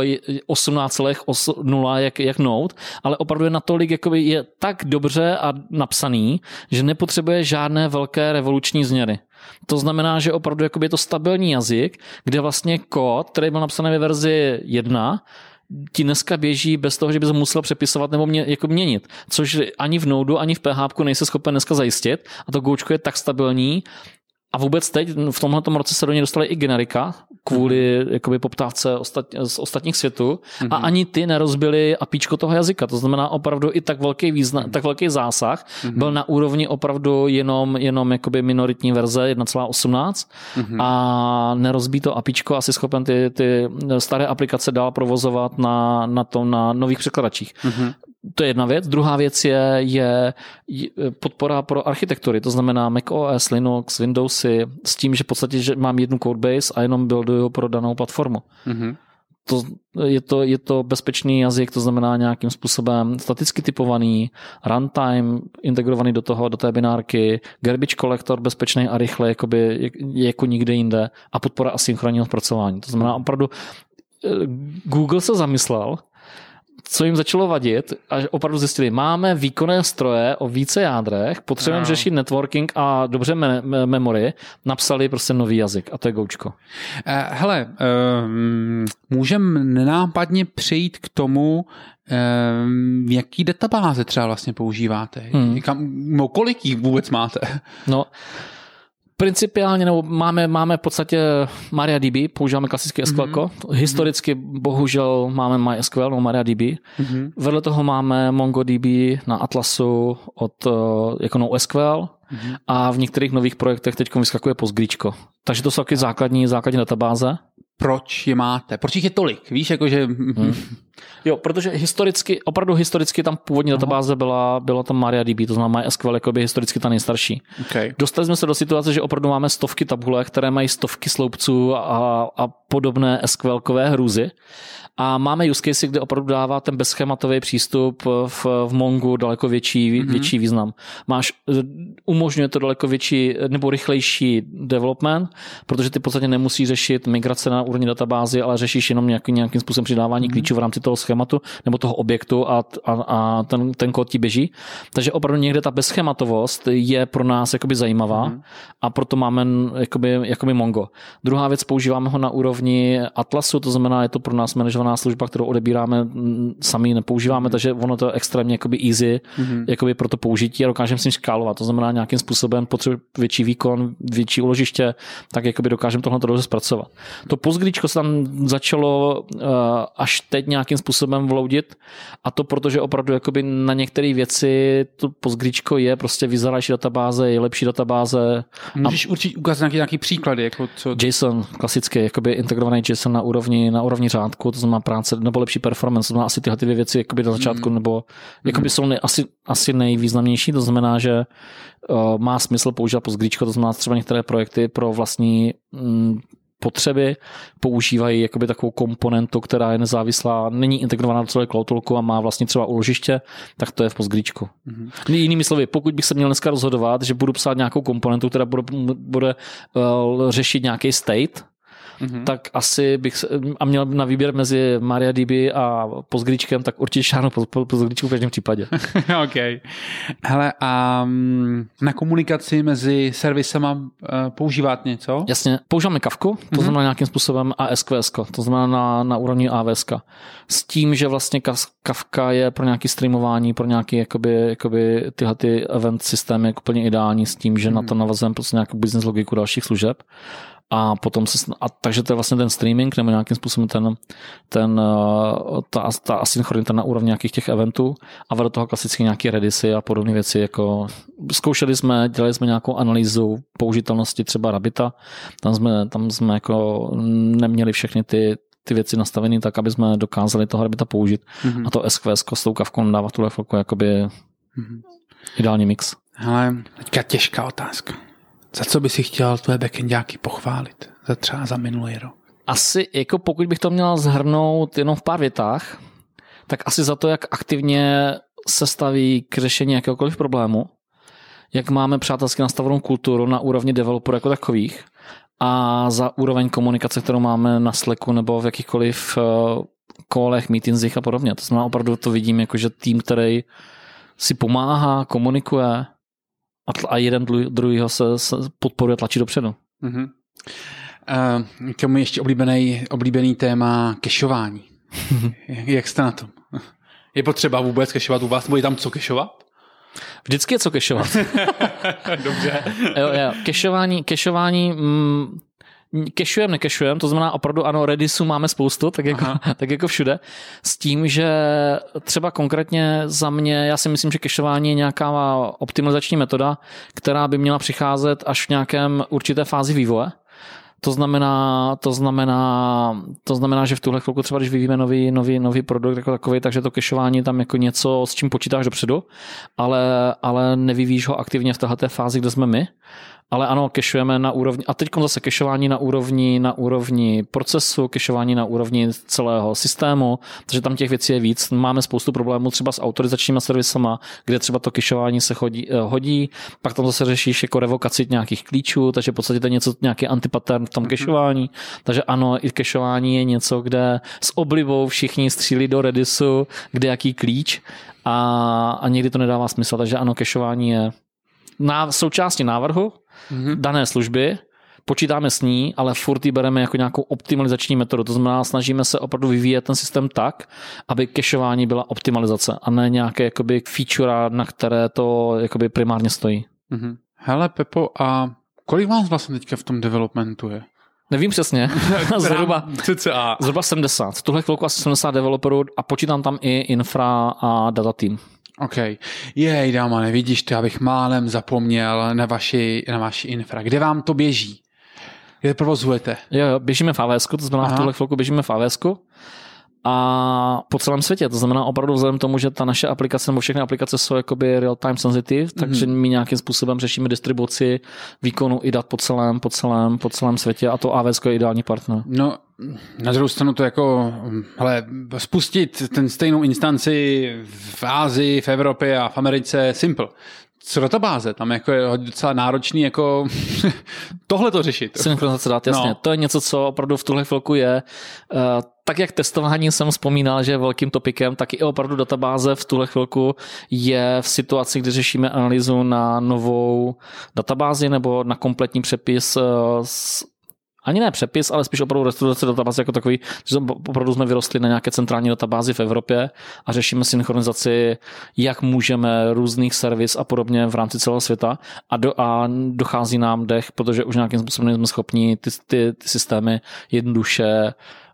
18.0 jak Node, ale opravdu je natolik, jakoby je tak dobře a napsaný, že nepotřebuje žádné velké revoluční změny. To znamená, že opravdu jakoby je to stabilní jazyk, kde vlastně kód, který byl napsaný ve verzi 1, ti dneska běží bez toho, že by se musel přepisovat nebo měnit. Což ani v Nodeu, ani v PHP nejse schopen dneska zajistit. A to Goučko je tak stabilní. A vůbec teď v tomhletom roce se do něj dostaly i generika kvůli jakoby poptávce z ostatních světů a ani ty nerozbily APIčko toho jazyka. To znamená opravdu i tak velký zásah byl na úrovni opravdu jenom jakoby minoritní verze 1.18 a nerozbí to APIčko asi schopen ty staré aplikace dál provozovat na nových překladačích. To je jedna věc. Druhá věc je podpora pro architektury, to znamená macOS, Linux, Windowsy, s tím, že v podstatě že mám jednu codebase a jenom builduju pro danou platformu. Je to bezpečný jazyk, to znamená nějakým způsobem staticky typovaný, runtime integrovaný do té binárky, garbage collector bezpečný a rychle, jako nikde jinde a podpora asynchronního zpracování. To znamená opravdu Google se zamyslel, co jim začalo vadit a opravdu zjistili, máme výkonné stroje o více jádrech, potřebujeme řešit networking a dobře memory, napsali prostě nový jazyk a to je Goučko. Hele, můžeme nenápadně přejít k tomu, jaký databáze třeba vlastně používáte? Kolik jich vůbec máte? No, principiálně, nebo máme v podstatě MariaDB, používáme klasické SQL. Historicky bohužel máme MySQL nebo MariaDB. Vedle toho máme MongoDB na Atlasu jako NoSQL a v některých nových projektech teď vyskakuje PostgreSQL. Takže to jsou taky základní databáze. Proč je máte? Proč jich je tolik? Víš, jakože... Jo, protože opravdu historicky tam původní databáze byla tam MariaDB, to znamená MySQL jako by historicky ta nejstarší. Okay. Dostali jsme se do situace, že opravdu máme stovky tabulek, které mají stovky sloupců a podobné SQL-kové hrůzy. A máme use case, kde opravdu dává ten bezschematový přístup v Mongu daleko větší význam. Umožňuje to daleko větší nebo rychlejší development, protože ty v podstatě nemusí řešit migrace na úrovni databázy, ale řešíš jenom nějakým způsobem přidávání klíčů v rámci toho schématu nebo toho objektu a ten kód ti běží. Takže opravdu někde ta bezschematovost je pro nás jakoby zajímavá a proto máme jakoby Mongo. Druhá věc, používáme ho na úrovni Atlasu, to znamená, je to pro nás manažovaná služba, kterou odebíráme, sami nepoužíváme, takže ono to je extrémně jakoby easy jakoby pro to použití a dokážeme s ním škálovat. To znamená, nějakým způsobem potřebuje větší výkon, větší úložiště, tak jakoby dokážeme tohle dobře zpracovat. To PostgreSQL se tam začalo až teď nějakým způsobem vloudit a to protože opravdu jakoby na některé věci to PostgreSQL je prostě vyzrálejší databáze, je lepší databáze. Můžeš určitě ukázat nějaký příklady? Jako co... JSON, klasický, jakoby integrovaný JSON na úrovni řádku, to znamená práce nebo lepší performance, to znamená asi tyhle dvě věci jakoby na začátku nebo jakoby jsou asi nejvýznamnější, to znamená, že má smysl používat PostgreSQL, to znamená třeba některé projekty pro vlastní potřeby, používají jakoby takovou komponentu, která je nezávislá, není integrovaná do celé CloudTalku a má vlastně třeba úložiště, tak to je v PostgreSQL. Jinými slovy, pokud bych se měl dneska rozhodovat, že budu psát nějakou komponentu, která bude řešit nějaký state, tak asi bych a měl na výběr mezi MariaDB a PostgreSQLem, tak určitě šáhnu po PostgreSQL v každém případě. OK. Hele, a na komunikaci mezi servisama používáte něco? Jasně, používáme Kafku, to znamená nějakým způsobem ASQS, to znamená na úrovni AWS. S tím, že vlastně Kafka je pro nějaké streamování, pro nějaké jakoby tyhle ty event systémy jako úplně ideální s tím, že na to navazujeme prostě nějakou business logiku dalších služeb. A potom takže to je vlastně ten streaming nebo nějakým způsobem ta asynchronita na úrovni nějakých těch eventů a vedle toho klasicky nějaké Redisy a podobné věci, jako dělali jsme nějakou analýzu použitelnosti třeba Rabbita, tam jsme jako neměli všechny ty věci nastavené tak, aby jsme dokázali toho Rabbita použít a to SQS s tou Kafkou dává tuhle chvilku jakoby ideální mix. Hele, teďka těžká otázka. Za co by si chtěl tvoje backendáky pochválit? Třeba za minulý rok. Asi, jako pokud bych to měl shrnout jenom v pár větách, tak asi za to, jak aktivně se staví k řešení jakéhokoliv problému, jak máme přátelsky nastavenou kulturu na úrovni developerů jako takových a za úroveň komunikace, kterou máme na Slacku nebo v jakýchkoliv kolech, meetingsích a podobně. To znamená, opravdu to vidím, jako že tým, který si pomáhá, komunikuje a jeden druhýho se podporuje, tlačí dopředu. K tomu ještě oblíbený téma kešování. Jak jste na tom? Je potřeba vůbec kešovat u vás? Bude tam co kešovat? Vždycky je co kešovat. Dobře. Jo. Kešování nekešujeme, to znamená opravdu ano, Redisu máme spoustu, tak jako všude, s tím, že třeba konkrétně za mě, já si myslím, že kešování je nějaká optimalizační metoda, která by měla přicházet až v nějakém určité fázi vývoje. To znamená, že v tuhle chvilku třeba, když vyvíjíme nový produkt jako takový, takže to kešování tam jako něco, s čím počítáš dopředu, ale nevyvíjíš ho aktivně v téhleté fázi, kde jsme my. Ale ano, kešujeme na úrovni, a teď zase kešování na úrovni procesu, kešování na úrovni celého systému, takže tam těch věcí je víc. Máme spoustu problémů třeba s autorizačníma servisama, kde třeba to kešování se hodí, pak tam zase řešíš jako revokaci nějakých klíčů, takže v podstatě to je nějaký antipattern v tom kešování. Takže ano, i kešování je něco, kde s oblibou všichni střílí do Redisu, kde jaký klíč a někdy to nedává smysl, takže ano, kešování je součástí návrhu dané služby, počítáme s ní, ale furt ji bereme jako nějakou optimalizační metodu. To znamená, snažíme se opravdu vyvíjet ten systém tak, aby cachování byla optimalizace a ne nějaké jakoby feature, na které to jakoby primárně stojí. Hele Pepo, a kolik vás vlastně teďka v tom developmentu je? Nevím přesně. zhruba 70. V tuhle chvilku asi 70 developerů a počítám tam i infra a data team. OK. Jej, dáma, nevidíš to, abych málem zapomněl na vaši infra. Kde vám to běží? Kde provozujete? Jo, běžíme v AWS, to znamená v tuhle chvilku běžíme v AWS a po celém světě. To znamená opravdu vzhledem tomu, že ta naše aplikace nebo všechny aplikace jsou jakoby real-time sensitive, takže my nějakým způsobem řešíme distribuci výkonu i dat po celém světě a to AWS je ideální partner. No, na druhou stranu to jako, hele, spustit ten stejnou instanci v Ázii, v Evropě a v Americe simple. Co databáze? Tam jako je docela náročný jako tohle to řešit. Synchronizace dat, jasně. No. To je něco, co opravdu v tuhle chvilku je. Tak jak testování jsem vzpomínal, že je velkým topikem, tak i opravdu databáze v tuhle chvilku je v situaci, kdy řešíme analýzu na novou databázi nebo na kompletní přepis ani ne přepis, ale spíš opravdu restaurace databáze jako takový, že opravdu jsme vyrostli na nějaké centrální databázi v Evropě a řešíme synchronizaci, jak můžeme různých servis a podobně v rámci celého světa a dochází nám dech, protože už nějakým způsobem jsme schopni ty systémy jednoduše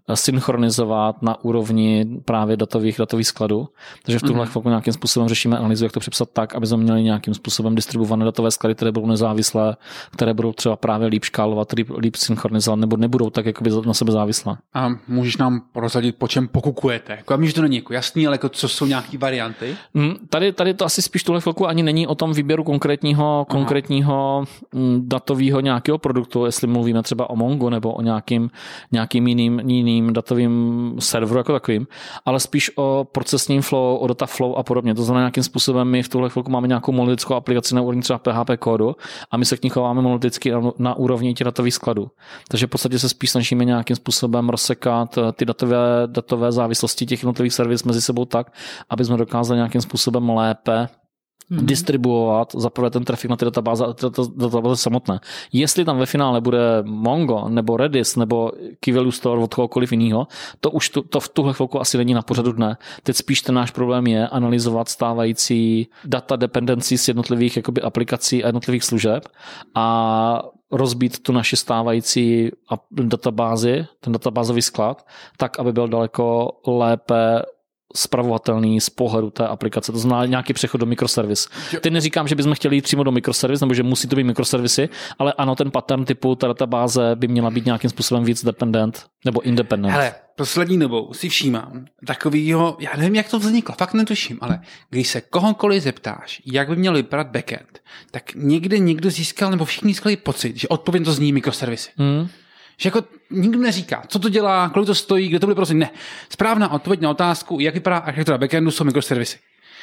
synchronizovat na úrovni právě datových skladů. Takže v tuhle chvilku nějakým způsobem řešíme analýzu, jak to přepsat tak, aby jsme měli nějakým způsobem distribuované datové sklady, které budou nezávislé, které budou třeba právě líp škálovat, líp synchronizovat, nebo nebudou tak jakoby na sebe závislé. A můžeš nám prozradit, po čem pokukujete? Jako, já vím, že to není jako jasný, ale jako, co jsou nějaké varianty? Tady to asi spíš tuhle chvilku ani není o tom výběru konkrétního datového nějakého produktu, jestli mluvíme třeba o Mongo nebo o nějakým jiným datovým serveru jako takovým, ale spíš o procesním flow, o data flow a podobně. To znamená, nějakým způsobem my v tuhle chvilku máme nějakou monolitickou aplikaci na úrovni třeba PHP kódu a my se k ní chováme monoliticky na úrovni těch datových skladů. Takže v podstatě se spíš snažíme nějakým způsobem rozsekat ty datové závislosti těch jednotlivých servis mezi sebou tak, aby jsme dokázali nějakým způsobem lépe distribuovat zaprvé ten trafik na ty databáze a databáze samotné. Jestli tam ve finále bude Mongo nebo Redis nebo Key Value Store od kohokoliv jiného, to v tuhle chvilku asi není na pořadu dne. Teď spíš ten náš problém je analyzovat stávající data dependency z jednotlivých jakoby aplikací a jednotlivých služeb a rozbít tu naši stávající databázi, ten databázový sklad, tak, aby byl daleko lépe spravovatelný z pohledu té aplikace. To znamená nějaký přechod do mikroservis. Teď neříkám, že bychom chtěli jít přímo do mikroservis, nebo že musí to být mikroservisy, ale ano, ten pattern typu ta databáze by měla být nějakým způsobem víc dependent nebo independent. Hele, poslední dobou si všímám takovýho, já nevím, jak to vzniklo, fakt netuším, ale když se kohokoliv zeptáš, jak by měl vypadat backend, tak někdo získal, nebo všichni získali pocit, že odpověď to zní mikroservisy. Že jako nikdo neříká, co to dělá, kolik to stojí, kde to bude prostě. Ne. Správná odpověď na otázku, jak vypadá architektura backendu, jsou mikroservisy.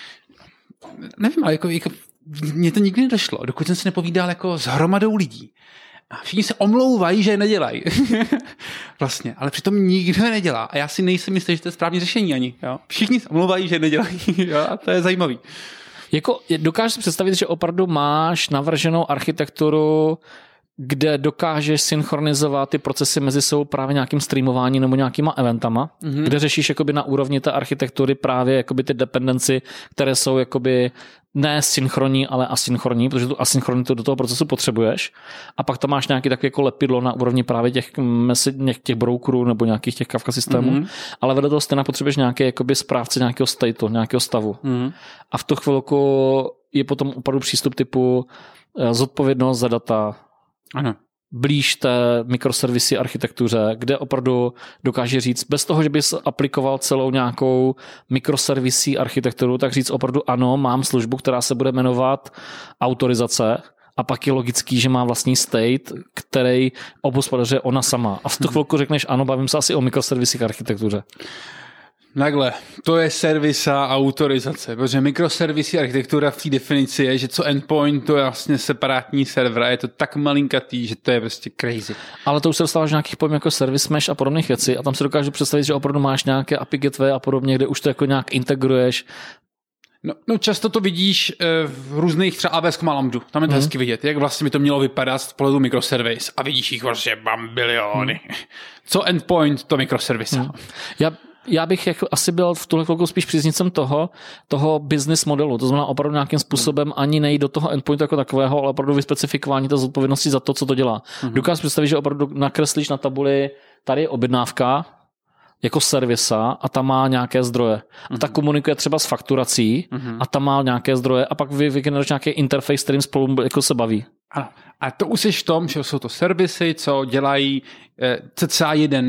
Nevím, ale jako mně to nikdy nedošlo, dokud jsem se nepovídal jako s hromadou lidí. A všichni se omlouvají, že je nedělají. Vlastně, ale přitom nikdo je nedělá. A já si nejsem jistý, že to je správné řešení ani. Jo? Všichni se omlouvají, že je nedělají. Jo? A to je zajímavý. Jako, dokážeš si představit, že opravdu máš navrženou architekturu, kde dokážeš synchronizovat ty procesy mezi sebou právě nějakým streamováním nebo nějakýma eventama, kde řešíš jakoby na úrovni té architektury právě jakoby ty dependency, které jsou jakoby ne synchronní, ale asynchronní, protože tu asynchronitu do toho procesu potřebuješ. A pak tam máš nějaký takový jako lepidlo na úrovni právě těch brokerů nebo nějakých těch Kafka systémů, ale vedle toho stejně potřebuješ nějaký jakoby správce nějakého stateu, nějakého stavu. A v tu chvilku je potom opravdu přístup typu zodpovědnost za data, ano. Blíž té mikroservisy architektuře, kde opravdu dokáže říct, bez toho, že bys aplikoval celou nějakou mikroservisy architekturu, tak říct opravdu ano, mám službu, která se bude jmenovat autorizace a pak je logický, že má vlastní state, který obhospodařuje ona sama. A v tu chvilku řekneš ano, bavím se asi o mikroservisích architektuře. Takhle, to je servis a autorizace, protože mikroservisy architektura v té definici je, že co endpoint, to je vlastně separátní server a je to tak malinkatý, že to je prostě crazy. Ale to už se dostáváš nějakých pojmů jako service mesh a podobných věcí a tam si dokážu představit, že opravdu máš nějaké API gateway a podobně, kde už to jako nějak integruješ. No často to vidíš v různých, třeba AWS má Lambdu, tam je to hezky vidět, jak vlastně by to mělo vypadat z pohledu mikroservis a vidíš jich vlastně biliony. Co endpoint, to mikroservisa. Já bych jako asi byl v tuhle chvilku spíš příznivcem toho business modelu. To znamená opravdu nějakým způsobem ani nejít do toho endpointu jako takového, ale opravdu vyspecifikování té zodpovědnosti za to, co to dělá. Dokážu představit, že opravdu nakreslíš na tabuli, tady je objednávka jako servisa a tam má nějaké zdroje. A ta komunikuje třeba s fakturací a tam má nějaké zdroje a pak vygeneruješ nějaký interface, kterým spolu jako se baví. Ano. A to už je v tom, že jsou to servisy, co dělají cca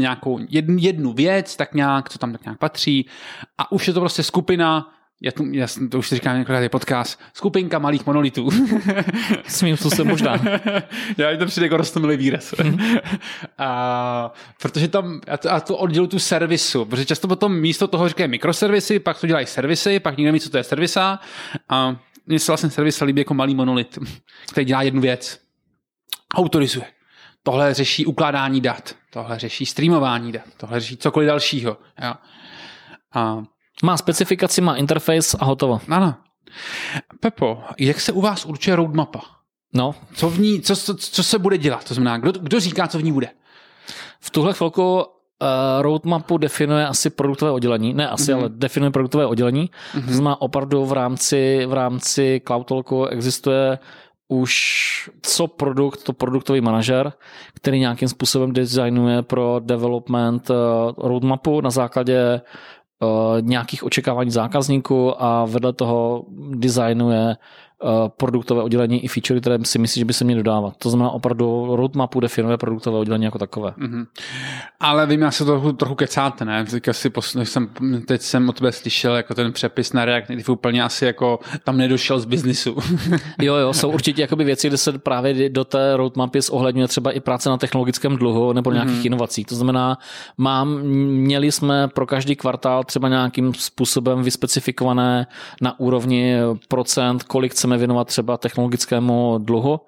jednu věc, tak nějak, co tam tak nějak patří. A už je to prostě skupina, to už říkám několikrát, je podcast, skupinka malých monolitů. Svým způsobem možná. Já to přijde jako roztomilý výraz. Protože tam, a to oddělu tu servisu, protože často potom místo toho říkají mikroservisy, pak to dělají servisy, pak nikdo neví, co to je servisa. A mně se vlastně servis líbí jako malý monolit, který dělá jednu věc. Autorizuje. Tohle řeší ukládání dat, tohle řeší streamování dat, tohle řeší cokoliv dalšího. Jo. Má specifikaci, má interface a hotovo. Ano. Pepo, jak se u vás určuje roadmapa? No. Co v ní, co se bude dělat? To znamená, kdo říká, co v ní bude? V tuhle chvilku roadmapu definuje asi produktové oddělení, ne asi, ale definuje produktové oddělení. To znamená opravdu v rámci Cloud Talku existuje co produkt, to produktový manažer, který nějakým způsobem designuje pro development roadmapu na základě nějakých očekávání zákazníků a vedle toho designuje produktové oddělení i featurey, které si myslí, že by se měly dodávat. To znamená opravdu roadmapu definuje produktové oddělení jako takové. Mm-hmm. Ale vy mě asi trochu kecáte, ne? Teď jsem od tebe slyšel jako ten přepis na React Native úplně asi jako tam nedošel z biznisu. Jo, jsou určitě jakoby věci, kde se právě do té roadmapy zohledňuje třeba i práce na technologickém dluhu nebo nějakých inovacích. To znamená, měli jsme pro každý kvartál třeba nějakým způsobem vyspecifikované na úrovni procent, kolik chceme věnovat třeba technologickému dluhu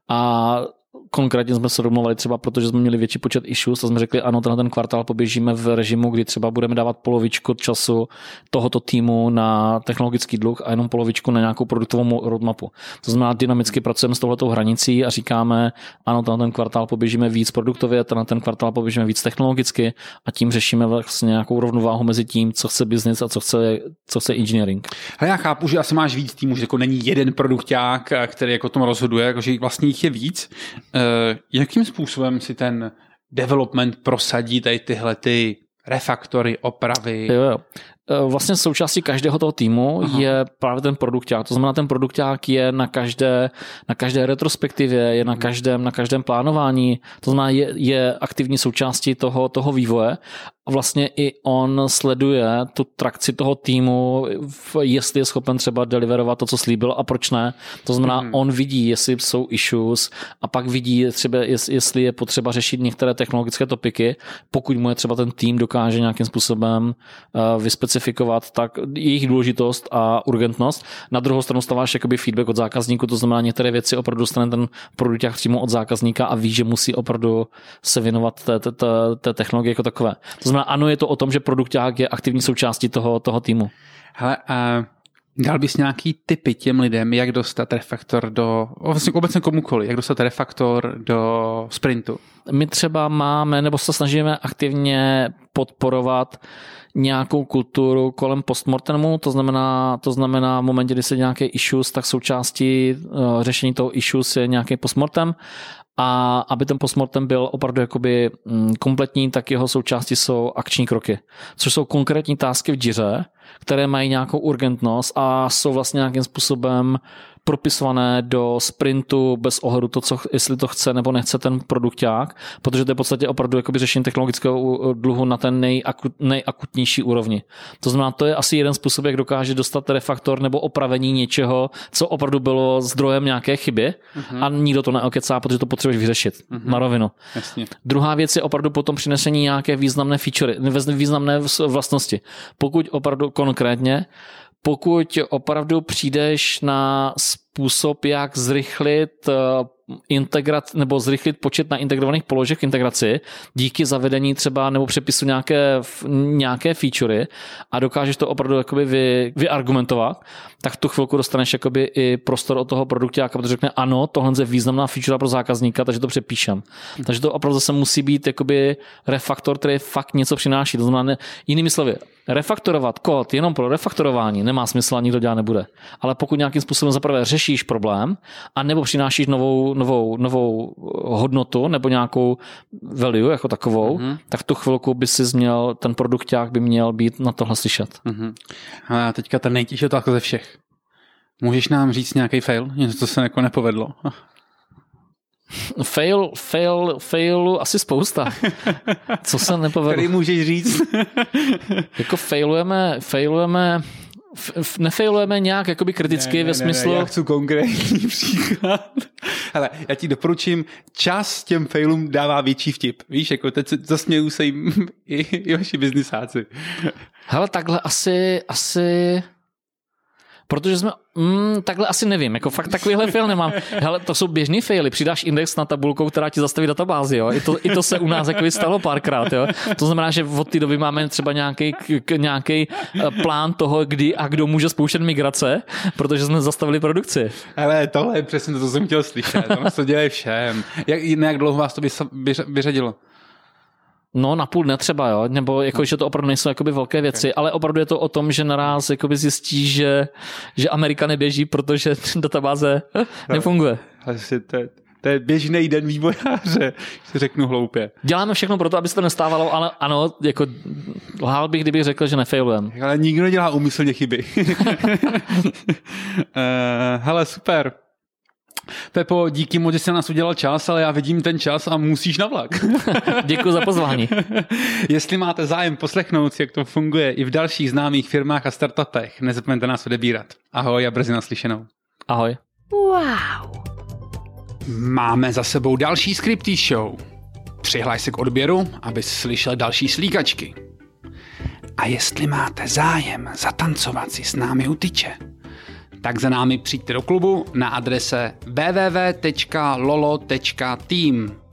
a konkrétně jsme se domluvili třeba, protože jsme měli větší počet issues, tak jsme řekli, ano, ten kvartál poběžíme v režimu, kdy třeba budeme dávat polovičku času tohoto týmu na technologický dluh a jenom polovičku na nějakou produktovou roadmapu. To znamená, dynamicky pracujeme s touhletou hranicí a říkáme, ano, ten kvartál poběžíme víc produktově, ten kvartál poběžíme víc technologicky a tím řešíme vlastně nějakou rovnováhu mezi tím, co chce business a co chce engineering. A já chápu, že asi máš víc týmů, že jako není jeden produkták, který jako tom rozhoduje, jako že vlastně jich je víc. Jakým způsobem si ten development prosadí tady tyhle ty refaktory, opravy? Jo. Vlastně součástí každého toho týmu je právě ten produkták. To znamená, ten produkták je na každé retrospektivě, je na každém plánování. To znamená, je aktivní součástí toho vývoje. A vlastně i on sleduje tu trakci toho týmu, jestli je schopen třeba deliverovat to, co slíbil a proč ne. To znamená, on vidí, jestli jsou issues a pak vidí třeba, jestli je potřeba řešit některé technologické topiky, pokud mu je třeba ten tým dokáže nějakým způsobem vyspecifikovat tak jejich důležitost a urgentnost. Na druhou stranu stáváš jakoby feedback od zákazníku, to znamená, některé věci opravdu dostane ten produkták přímo od zákazníka a ví, že musí opravdu se věnovat té technologie jako takové. To znamená, ano, je to o tom, že produkták je aktivní součástí toho týmu. Hele, dal bys nějaký tipy těm lidem, jak dostat refaktor vlastně obecně komukoliv, jak dostat refaktor do sprintu? My třeba máme, nebo se snažíme aktivně podporovat nějakou kulturu kolem postmortemu, to znamená v momentě, kdy se nějaké issues, tak součástí řešení toho issues je nějaký postmortem. A aby ten postmortem byl opravdu jakoby kompletní, tak jeho součástí jsou akční kroky, což jsou konkrétní tásky v Jiře, které mají nějakou urgentnost a jsou vlastně nějakým způsobem propisované do sprintu bez ohledu to, jestli to chce nebo nechce ten produkták, protože to je v podstatě opravdu jakoby řešení technologického dluhu na ten nejakutnější úrovni. To znamená, to je asi jeden způsob, jak dokáže dostat refaktor nebo opravení něčeho, co opravdu bylo zdrojem nějaké chyby a nikdo to neokecá, protože to potřebuješ vyřešit na rovinu. Jasně. Druhá věc je opravdu potom přinesení nějaké významné featurey, významné vlastnosti. Pokud opravdu přijdeš na způsob, jak zrychlit počet na integrovaných položek v integraci díky zavedení třeba nebo přepisu nějaké featurey a dokážeš to opravdu jakoby vyargumentovat, tak v tu chvilku dostaneš jakoby i prostor od toho produktáka, protože řekne ano, tohle je významná feature pro zákazníka, takže to přepíšem. Takže to opravdu zase musí být jakoby refaktor, který fakt něco přináší. To znamená, jinými slovy, refaktorovat kód jenom pro refaktorování nemá smysl a nikdo dělat nebude. Ale pokud nějakým způsobem zaprvé řešíš problém a nebo přinášíš novou hodnotu nebo nějakou value jako takovou, tak v tu chvilku by si měl, ten produkták by měl být na tohle slyšet. A teďka ta nejtěžší otázka ze všech. Můžeš nám říct nějaký fail? Něco, co se jako nepovedlo? Failu asi spousta. Co se nepovedlo? Který můžeš říct? Jako nefailujeme nějak jakoby kriticky ve smyslu... Já chci konkrétní příklad. Hele, já ti doporučím, čas těm failům dává větší vtip. Víš, jako teď se zasmějou se jim i vaši biznisáci. Hele, takhle asi... Protože jsme, takhle asi nevím, jako fakt takovýhle fail nemám. Hele, to jsou běžný faily, přidáš index na tabulku, která ti zastaví databázi, jo. I to se u nás jako stalo párkrát, jo. To znamená, že od té doby máme třeba nějaký plán toho, kdy a kdo může spouštět migrace, protože jsme zastavili produkci. Hele, tohle je přesně to, co jsem chtěl slyšet. To dělají všem. Jak dlouho vás to vyřadilo? No na půl dne třeba, jo, nebo jako, že to opravdu nejsou jakoby velké věci, ale opravdu je to o tom, že naraz jakoby zjistí, že Amerika neběží, protože databáze nefunguje. To je běžný den vývojáře, si řeknu hloupě. Děláme všechno pro to, aby se to nestávalo, ale ano, jako lhal bych, kdybych řekl, že nefailujeme. Ale nikdo nedělá úmyslně chyby. Hele, super. Pepo, díky moc, že jsi na nás udělal čas, ale já vidím ten čas a musíš na vlak. Děkuji za pozvání. Jestli máte zájem poslechnout si, jak to funguje i v dalších známých firmách a startupech, nezapomeňte nás odebírat. Ahoj a brzy naslyšenou. Ahoj. Wow. Máme za sebou další Scripty Show. Přihlaj se k odběru, abys slyšel další slíkačky. A jestli máte zájem zatancovat si s námi u tyče, tak za námi přijďte do klubu na adrese www.lolo.team.